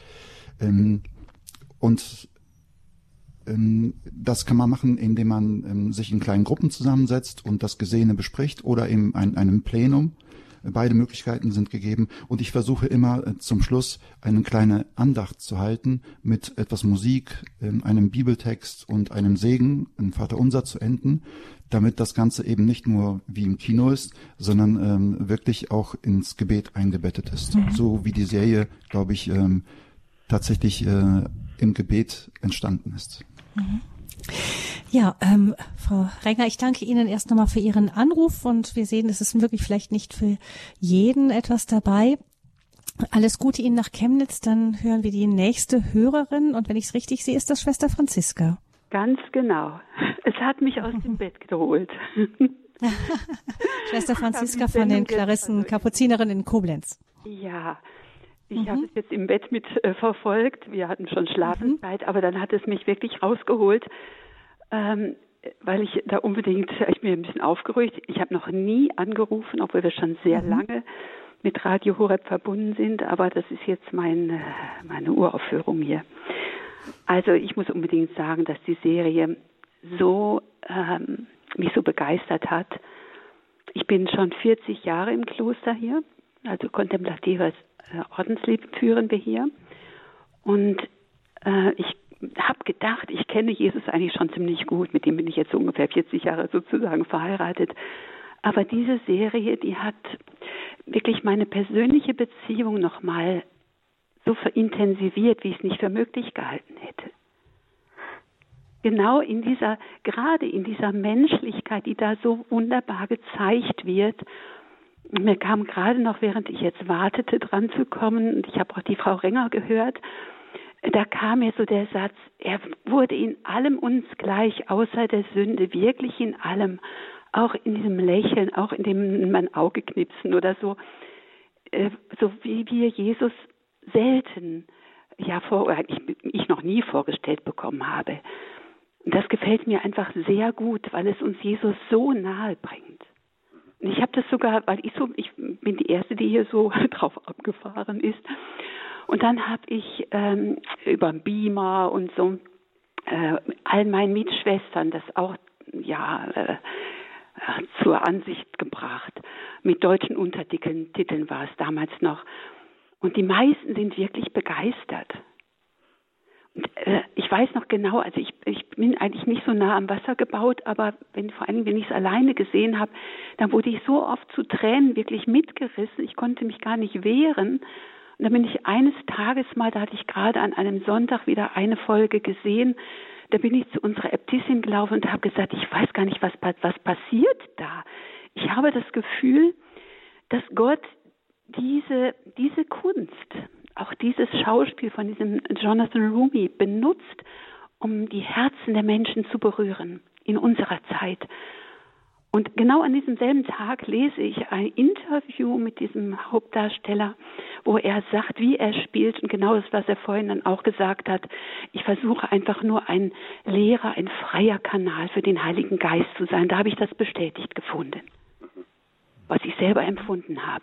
Das kann man machen, indem man sich in kleinen Gruppen zusammensetzt und das Gesehene bespricht oder in einem Plenum. Beide Möglichkeiten sind gegeben. Und ich versuche immer zum Schluss eine kleine Andacht zu halten mit etwas Musik, einem Bibeltext und einem Segen, ein Vaterunser zu enden, damit das Ganze eben nicht nur wie im Kino ist, sondern wirklich auch ins Gebet eingebettet ist. Mhm. So wie die Serie, glaube ich, tatsächlich im Gebet entstanden ist. Mhm. Ja, Frau Renger, ich danke Ihnen erst nochmal für Ihren Anruf und wir sehen, es ist wirklich vielleicht nicht für jeden etwas dabei. Alles Gute Ihnen nach Chemnitz, dann hören wir die nächste Hörerin und wenn ich es richtig sehe, ist das Schwester Franziska. Ganz genau. Es hat mich aus dem Bett geholt. Schwester Franziska von den Klarissen Kapuzinerinnen in Koblenz. Ja. Ich habe es jetzt im Bett mit verfolgt. Wir hatten schon Schlafenszeit, aber dann hat es mich wirklich rausgeholt, weil ich da unbedingt, ich bin ein bisschen aufgeregt. Ich habe noch nie angerufen, obwohl wir schon sehr lange mit Radio Horeb verbunden sind, aber das ist jetzt meine Uraufführung hier. Also ich muss unbedingt sagen, dass die Serie mich so begeistert hat. Ich bin schon 40 Jahre im Kloster hier, also kontemplatives Ordensleben führen wir hier. Und ich habe gedacht, ich kenne Jesus eigentlich schon ziemlich gut. Mit dem bin ich jetzt so ungefähr 40 Jahre sozusagen verheiratet. Aber diese Serie, die hat wirklich meine persönliche Beziehung nochmal so intensiviert, wie ich es nicht für möglich gehalten hätte. Genau gerade in dieser Menschlichkeit, die da so wunderbar gezeigt wird. Mir kam gerade noch, während ich jetzt wartete, dran zu kommen, und ich habe auch die Frau Renger gehört, da kam mir so der Satz, er wurde in allem uns gleich, außer der Sünde, wirklich in allem, auch in diesem Lächeln, auch in dem mein Auge knipsen oder so, so wie wir Jesus selten, ich noch nie vorgestellt bekommen habe. Und das gefällt mir einfach sehr gut, weil es uns Jesus so nahe bringt. Und ich habe das sogar, weil ich bin die Erste, die hier so drauf abgefahren ist. Und dann habe ich über Beamer und so allen meinen Mitschwestern das auch zur Ansicht gebracht. Mit deutschen Untertiteln war es damals noch. Und die meisten sind wirklich begeistert. Und ich weiß noch genau, also ich bin eigentlich nicht so nah am Wasser gebaut, aber vor allem, wenn ich es alleine gesehen habe, dann wurde ich so oft zu Tränen wirklich mitgerissen. Ich konnte mich gar nicht wehren. Und dann bin ich eines Tages mal, da hatte ich gerade an einem Sonntag wieder eine Folge gesehen, da bin ich zu unserer Äbtissin gelaufen und habe gesagt, ich weiß gar nicht, was passiert da. Ich habe das Gefühl, dass Gott diese Kunst, auch dieses Schauspiel von diesem Jonathan Roumie benutzt, um die Herzen der Menschen zu berühren in unserer Zeit. Und genau an diesem selben Tag lese ich ein Interview mit diesem Hauptdarsteller, wo er sagt, wie er spielt und genau das, was er vorhin dann auch gesagt hat. Ich versuche einfach nur ein Lehrer, ein freier Kanal für den Heiligen Geist zu sein. Da habe ich das bestätigt gefunden, was ich selber empfunden habe.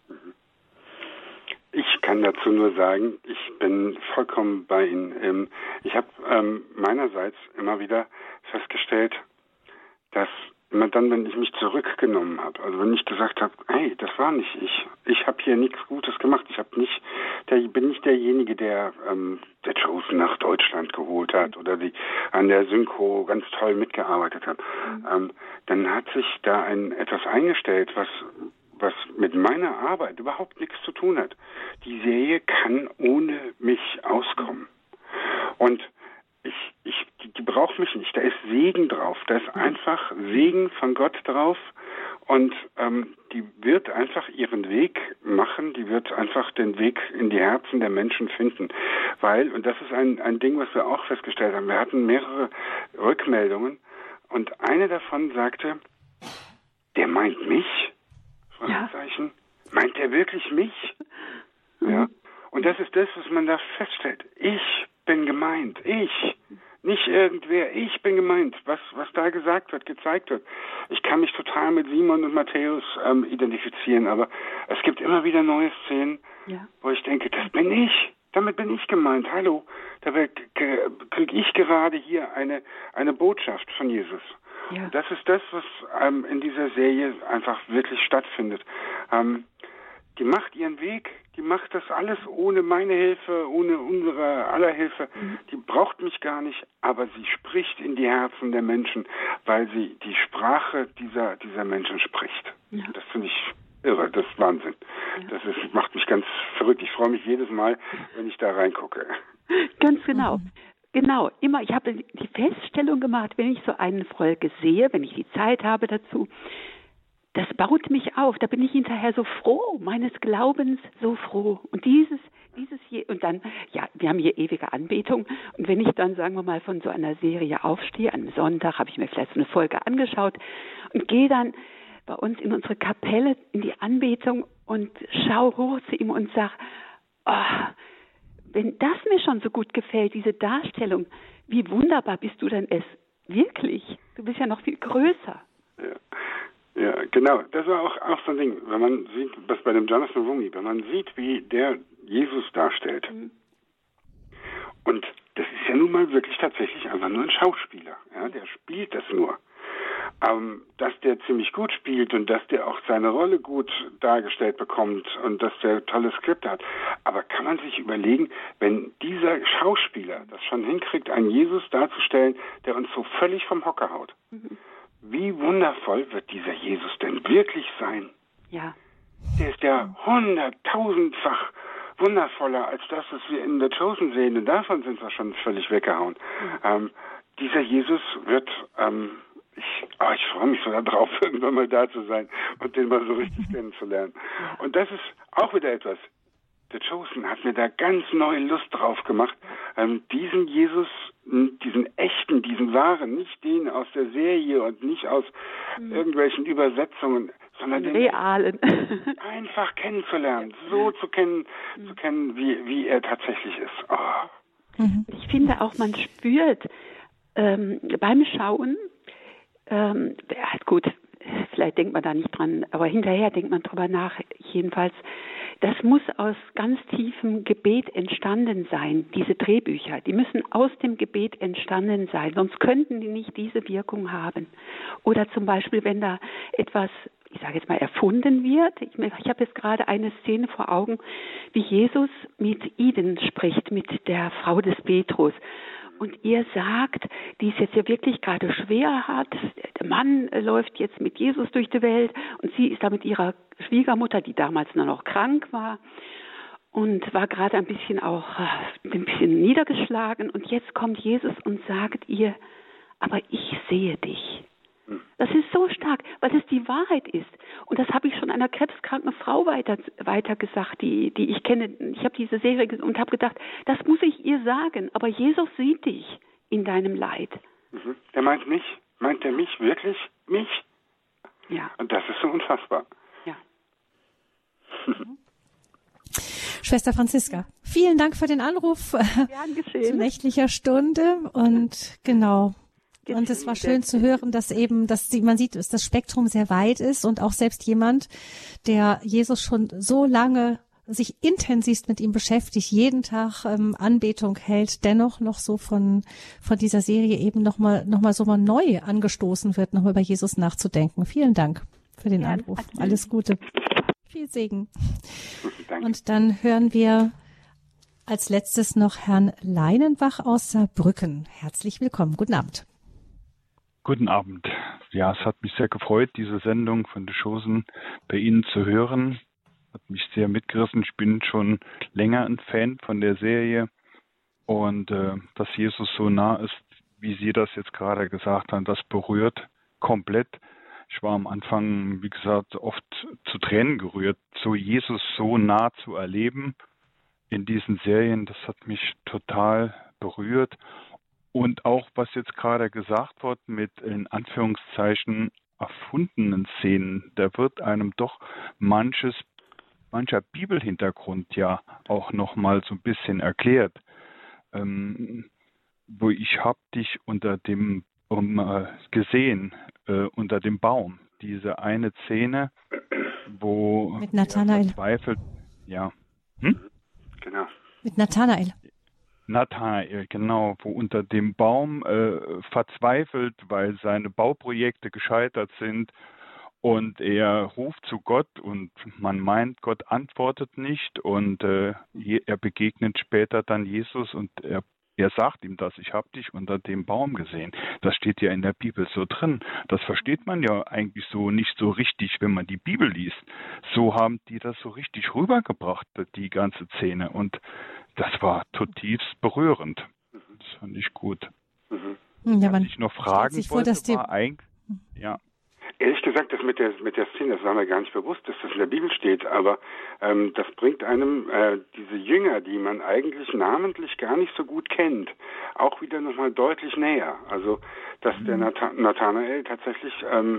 Ich kann dazu nur sagen, ich bin vollkommen bei Ihnen. Ich habe meinerseits immer wieder festgestellt, dass wenn ich mich zurückgenommen habe, also wenn ich gesagt habe, hey, das war nicht ich habe hier nichts Gutes gemacht, bin nicht derjenige, der Chosen nach Deutschland geholt hat oder die an der Synchro ganz toll mitgearbeitet hat, dann hat sich da etwas eingestellt, was mit meiner Arbeit überhaupt nichts zu tun hat. Die Serie kann ohne mich auskommen. Und die braucht mich nicht. Da ist Segen drauf. Da ist einfach Segen von Gott drauf. Und die wird einfach ihren Weg machen. Die wird einfach den Weg in die Herzen der Menschen finden. Und das ist ein Ding, was wir auch festgestellt haben. Wir hatten mehrere Rückmeldungen. Und eine davon sagte, der meint mich? Fragezeichen. Ja. Meint der wirklich mich? Ja. Und das ist das, was man da feststellt. Ich bin gemeint. Ich. Nicht irgendwer. Ich bin gemeint. Was da gesagt wird, gezeigt wird. Ich kann mich total mit Simon und Matthäus identifizieren, aber es gibt immer wieder neue Szenen, wo ich denke, das bin ich. Damit bin ich gemeint. Hallo. Dabei kriege ich gerade hier eine Botschaft von Jesus. Ja. Das ist das, was in dieser Serie einfach wirklich stattfindet. Die macht ihren Weg, die macht das alles ohne meine Hilfe, ohne unsere aller Hilfe. Die braucht mich gar nicht, aber sie spricht in die Herzen der Menschen, weil sie die Sprache dieser Menschen spricht. Ja. Das finde ich irre, das ist Wahnsinn. Ja. Das macht mich ganz verrückt. Ich freue mich jedes Mal, wenn ich da reingucke. Ganz genau. Genau, immer. Ich habe die Feststellung gemacht, wenn ich so eine Folge sehe, wenn ich die Zeit habe dazu, das baut mich auf. Da bin ich hinterher so froh, meines Glaubens so froh. Und und dann, wir haben hier ewige Anbetung. Und wenn ich dann, sagen wir mal, von so einer Serie aufstehe, am Sonntag habe ich mir vielleicht so eine Folge angeschaut und gehe dann bei uns in unsere Kapelle in die Anbetung und schaue hoch zu ihm und sage, wenn das mir schon so gut gefällt, diese Darstellung, wie wunderbar bist du denn es wirklich? Du bist ja noch viel größer. Ja, genau. Das war auch so ein Ding, wenn man sieht, was bei dem Jonathan Roumie, wenn man sieht, wie der Jesus darstellt. Und das ist ja nun mal wirklich tatsächlich einfach nur ein Schauspieler. Ja, der spielt das nur. Dass der ziemlich gut spielt und dass der auch seine Rolle gut dargestellt bekommt und dass der tolle Skripte hat. Aber kann man sich überlegen, wenn dieser Schauspieler das schon hinkriegt, einen Jesus darzustellen, der uns so völlig vom Hocker haut, wie wundervoll wird dieser Jesus denn wirklich sein? Ja. Der ist ja 100.000-fach wundervoller als das, was wir in The Chosen sehen. Und davon sind wir schon völlig weggehauen. Dieser Jesus wird... ich freue mich so darauf, irgendwann mal da zu sein und den mal so richtig kennenzulernen. Und das ist auch wieder etwas. The Chosen hat mir da ganz neue Lust drauf gemacht, diesen Jesus, diesen echten, diesen wahren, nicht den aus der Serie und nicht aus irgendwelchen Übersetzungen, sondern den realen einfach kennenzulernen, so zu kennen, wie er tatsächlich ist. Oh. Ich finde auch, man spürt beim Schauen, gut, vielleicht denkt man da nicht dran, aber hinterher denkt man drüber nach. Jedenfalls, das muss aus ganz tiefem Gebet entstanden sein, diese Drehbücher. Die müssen aus dem Gebet entstanden sein, sonst könnten die nicht diese Wirkung haben. Oder zum Beispiel, wenn da etwas, ich sage jetzt mal, erfunden wird. Ich habe jetzt gerade eine Szene vor Augen, wie Jesus mit Iden spricht, mit der Frau des Petrus. Und ihr sagt, die es jetzt ja wirklich gerade schwer hat, der Mann läuft jetzt mit Jesus durch die Welt und sie ist da mit ihrer Schwiegermutter, die damals noch krank war und war gerade ein bisschen niedergeschlagen. Und jetzt kommt Jesus und sagt ihr, aber ich sehe dich. Das ist so stark, weil es die Wahrheit ist. Und das habe ich schon einer krebskranken Frau weiter gesagt, die ich kenne. Ich habe diese Serie gesehen und habe gedacht, das muss ich ihr sagen. Aber Jesus sieht dich in deinem Leid. Er meint mich? Meint er mich wirklich? Mich? Ja. Und das ist so unfassbar. Ja. Schwester Franziska, vielen Dank für den Anruf zu nächtlicher Stunde. Und genau. Und es war schön zu hören, dass man sieht, dass das Spektrum sehr weit ist und auch selbst jemand, der Jesus schon so lange sich intensivst mit ihm beschäftigt, jeden Tag Anbetung hält, dennoch noch so von dieser Serie eben noch mal so mal neu angestoßen wird, noch mal über Jesus nachzudenken. Vielen Dank für den Anruf. Alles Gute. Viel Segen. Danke. Und dann hören wir als letztes noch Herrn Leinenbach aus Saarbrücken. Herzlich willkommen. Guten Abend. Guten Abend. Ja, es hat mich sehr gefreut, diese Sendung von The Chosen bei Ihnen zu hören. Hat mich sehr mitgerissen. Ich bin schon länger ein Fan von der Serie. Und dass Jesus so nah ist, wie Sie das jetzt gerade gesagt haben, das berührt komplett. Ich war am Anfang, wie gesagt, oft zu Tränen gerührt, so Jesus so nah zu erleben in diesen Serien. Das hat mich total berührt. Und auch, was jetzt gerade gesagt wird, mit in Anführungszeichen erfundenen Szenen, da wird einem doch mancher Bibelhintergrund ja auch nochmal so ein bisschen erklärt. Wo ich hab dich unter dem gesehen, unter dem Baum. Diese eine Szene, wo mit Nathanael verzweifelt, ja. Genau. Mit Nathanael, genau, wo unter dem Baum verzweifelt, weil seine Bauprojekte gescheitert sind und er ruft zu Gott und man meint, Gott antwortet nicht und er begegnet später dann Jesus und er sagt ihm das, ich habe dich unter dem Baum gesehen. Das steht ja in der Bibel so drin. Das versteht man ja eigentlich so nicht so richtig, wenn man die Bibel liest. So haben die das so richtig rübergebracht, die ganze Szene. Und das war zutiefst berührend. Das fand ich gut. Ja, was ich noch fragen wollte, war eigentlich... Ja. Ehrlich gesagt, das mit der Szene, das war mir gar nicht bewusst, dass das in der Bibel steht, aber das bringt einem diese Jünger, die man eigentlich namentlich gar nicht so gut kennt, auch wieder nochmal deutlich näher. Also, dass der Nathanael tatsächlich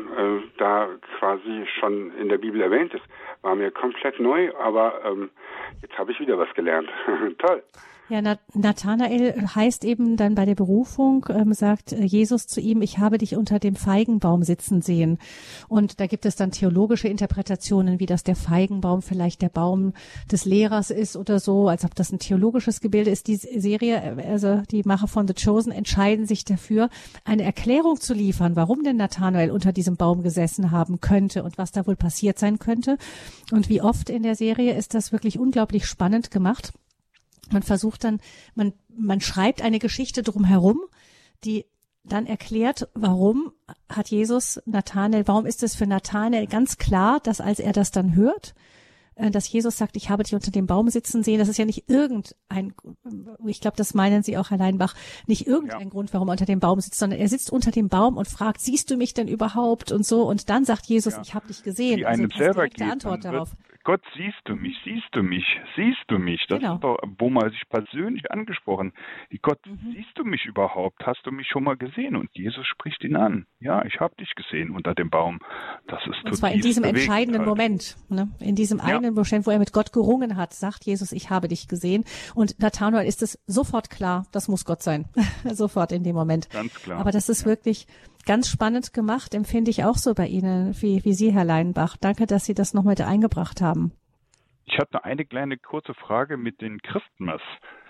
da quasi schon in der Bibel erwähnt ist, war mir komplett neu, aber jetzt habe ich wieder was gelernt. Toll. Ja, Nathanael heißt eben dann bei der Berufung, sagt Jesus zu ihm, ich habe dich unter dem Feigenbaum sitzen sehen. Und da gibt es dann theologische Interpretationen, wie das der Feigenbaum vielleicht der Baum des Lehrers ist oder so, als ob das ein theologisches Gebilde ist. Die Serie, also die Macher von The Chosen, entscheiden sich dafür, eine Erklärung zu liefern, warum denn Nathanael unter diesem Baum gesessen haben könnte und was da wohl passiert sein könnte. Und wie oft in der Serie ist das wirklich unglaublich spannend gemacht. Man versucht dann, man schreibt eine Geschichte drumherum, die dann erklärt, warum hat Jesus Nathanael, warum ist es für Nathanael ganz klar, dass als er das dann hört, dass Jesus sagt, ich habe dich unter dem Baum sitzen sehen, das ist ja nicht irgendein, ich glaube, das meinen Sie auch, Herr Leinbach, nicht irgendein Grund, warum er unter dem Baum sitzt, sondern er sitzt unter dem Baum und fragt, siehst du mich denn überhaupt und so, und dann sagt Jesus, ich habe dich gesehen. Die einem selber geht, Antwort darauf. Gott, siehst du mich, siehst du mich, siehst du mich. Das ist doch, wo man sich persönlich angesprochen, Gott, siehst du mich überhaupt? Hast du mich schon mal gesehen? Und Jesus spricht ihn an. Ja, ich habe dich gesehen unter dem Baum. Das ist und zwar in diesem entscheidenden Moment, ne? In diesem einen Moment, wo er mit Gott gerungen hat, sagt Jesus, ich habe dich gesehen. Und Nathanael ist es sofort klar, das muss Gott sein. Sofort in dem Moment. Ganz klar. Aber das ist wirklich ganz spannend gemacht, empfinde ich auch so bei Ihnen, wie Sie, Herr Leinbach. Danke, dass Sie das noch mit eingebracht haben. Ich hatte eine kleine kurze Frage mit den Christmas,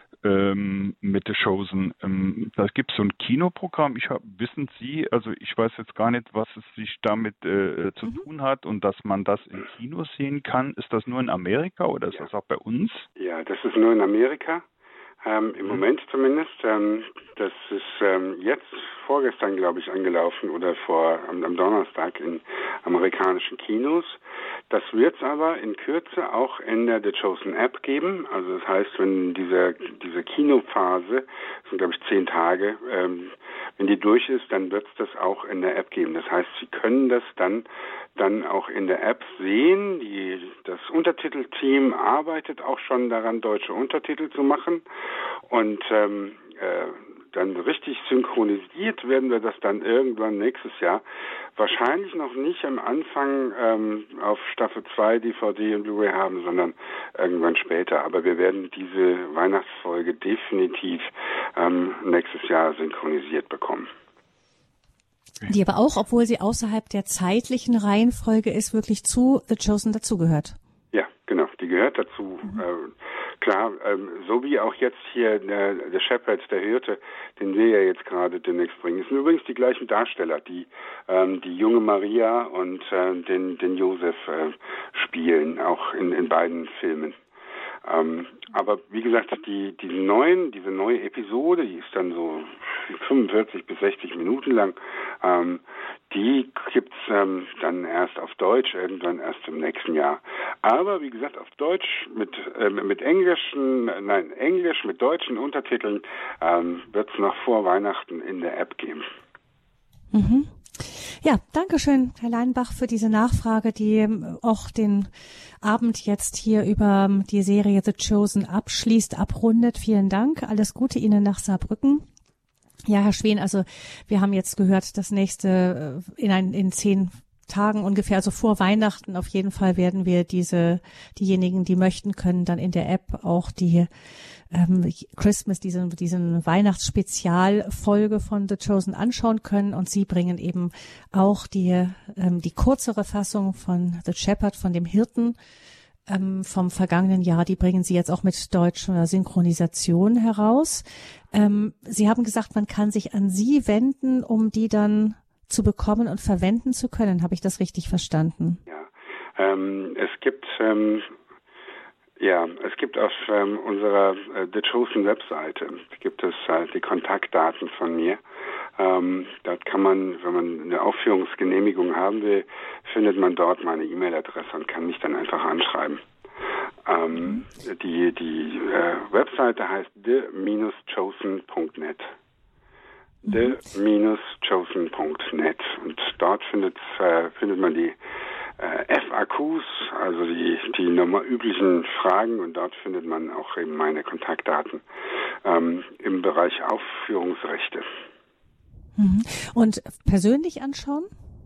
mit The Chosen. Da gibt es so ein Kinoprogramm. Wissen Sie, also ich weiß jetzt gar nicht, was es sich damit zu tun hat und dass man das im Kino sehen kann. Ist das nur in Amerika oder ist das auch bei uns? Ja, das ist nur in Amerika. Im Moment zumindest. Das ist jetzt vorgestern, glaube ich, angelaufen oder am Donnerstag in amerikanischen Kinos. Das wird es aber in Kürze auch in der The Chosen App geben. Also das heißt, wenn diese Kinophase, das sind glaube ich 10 Tage, wenn die durch ist, dann wird es das auch in der App geben. Das heißt, Sie können das dann auch in der App sehen. Das Untertitelteam arbeitet auch schon daran, deutsche Untertitel zu machen. Und dann richtig synchronisiert werden wir das dann irgendwann nächstes Jahr. Wahrscheinlich noch nicht am Anfang auf Staffel 2 DVD und Blu-ray haben, sondern irgendwann später. Aber wir werden diese Weihnachtsfolge definitiv nächstes Jahr synchronisiert bekommen. Die aber auch, obwohl sie außerhalb der zeitlichen Reihenfolge ist, wirklich zu The Chosen dazugehört. Ja, genau. Die gehört dazu. Klar, so wie auch jetzt hier der Shepherd, der Hirte, den wir ja jetzt gerade demnächst bringen. Es sind übrigens die gleichen Darsteller, die die junge Maria und den Josef spielen, auch in beiden Filmen. Aber wie gesagt, diese neue Episode, die ist dann so 45 bis 60 Minuten lang, die gibt's dann erst auf Deutsch, irgendwann erst im nächsten Jahr. Aber wie gesagt, auf Deutsch mit Englisch mit deutschen Untertiteln wird's noch vor Weihnachten in der App geben. Mhm. Ja, danke schön, Herr Leinbach, für diese Nachfrage, die auch den Abend jetzt hier über die Serie The Chosen abrundet. Vielen Dank. Alles Gute Ihnen nach Saarbrücken. Ja, Herr Schwen, also wir haben jetzt gehört, das nächste in 10 Tagen ungefähr, also vor Weihnachten auf jeden Fall werden wir diejenigen, die möchten, können dann in der App auch die Christmas, diesen Weihnachtsspezialfolge von The Chosen anschauen können, und Sie bringen eben auch die kürzere Fassung von The Shepherd, von dem Hirten vom vergangenen Jahr, die bringen Sie jetzt auch mit deutscher Synchronisation heraus. Sie haben gesagt, man kann sich an Sie wenden, um die dann zu bekommen und verwenden zu können. Habe ich das richtig verstanden? Ja, es gibt auf unserer The Chosen Webseite gibt es die Kontaktdaten von mir. Dort kann man, wenn man eine Aufführungsgenehmigung haben will, findet man dort meine E-Mail-Adresse und kann mich dann einfach anschreiben. Die Webseite heißt the-chosen.net. the-chosen.net, und dort findet man die FAQs, also die üblichen Fragen, und dort findet man auch eben meine Kontaktdaten im Bereich Aufführungsrechte. Und persönlich anschauen?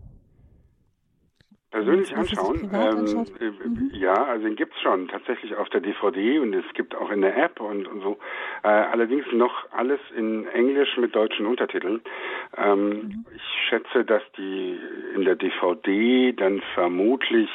Persönlich anschauen? Ja, also den gibt's schon tatsächlich auf der DVD, und es gibt auch in der App und so. Allerdings noch alles in Englisch mit deutschen Untertiteln. Ich schätze, dass die in der DVD dann vermutlich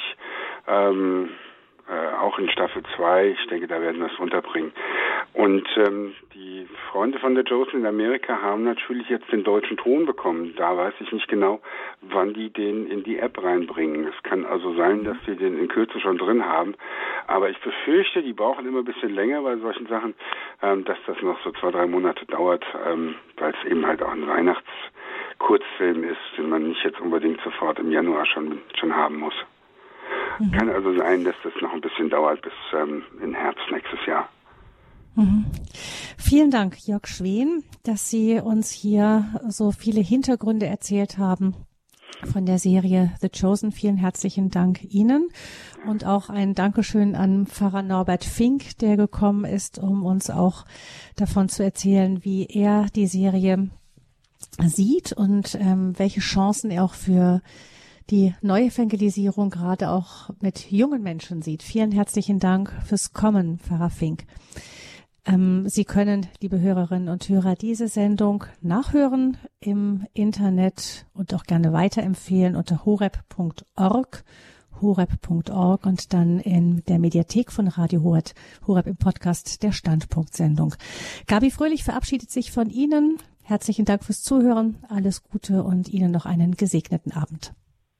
auch in Staffel 2, ich denke, da werden wir es unterbringen. Und die Freunde von The Chosen in Amerika haben natürlich jetzt den deutschen Ton bekommen. Da weiß ich nicht genau, wann die den in die App reinbringen. Es kann also sein, dass sie den in Kürze schon drin haben. Aber ich befürchte, die brauchen immer ein bisschen länger bei solchen Sachen, dass das noch so 2-3 Monate dauert, weil es eben halt auch ein Weihnachtskurzfilm ist, den man nicht jetzt unbedingt sofort im Januar schon haben muss. Kann also sein, dass das noch ein bisschen dauert bis in Herbst nächstes Jahr. Vielen Dank, Jörg Schwen, dass Sie uns hier so viele Hintergründe erzählt haben von der Serie The Chosen. Vielen herzlichen Dank Ihnen, und auch ein Dankeschön an Pfarrer Norbert Fink, der gekommen ist, um uns auch davon zu erzählen, wie er die Serie sieht und welche Chancen er auch für die Neuevangelisierung gerade auch mit jungen Menschen sieht. Vielen herzlichen Dank fürs Kommen, Pfarrer Fink. Sie können, liebe Hörerinnen und Hörer, diese Sendung nachhören im Internet und auch gerne weiterempfehlen unter horeb.org und dann in der Mediathek von Radio Horeb im Podcast der Standpunkt-Sendung. Gabi Fröhlich verabschiedet sich von Ihnen. Herzlichen Dank fürs Zuhören. Alles Gute und Ihnen noch einen gesegneten Abend.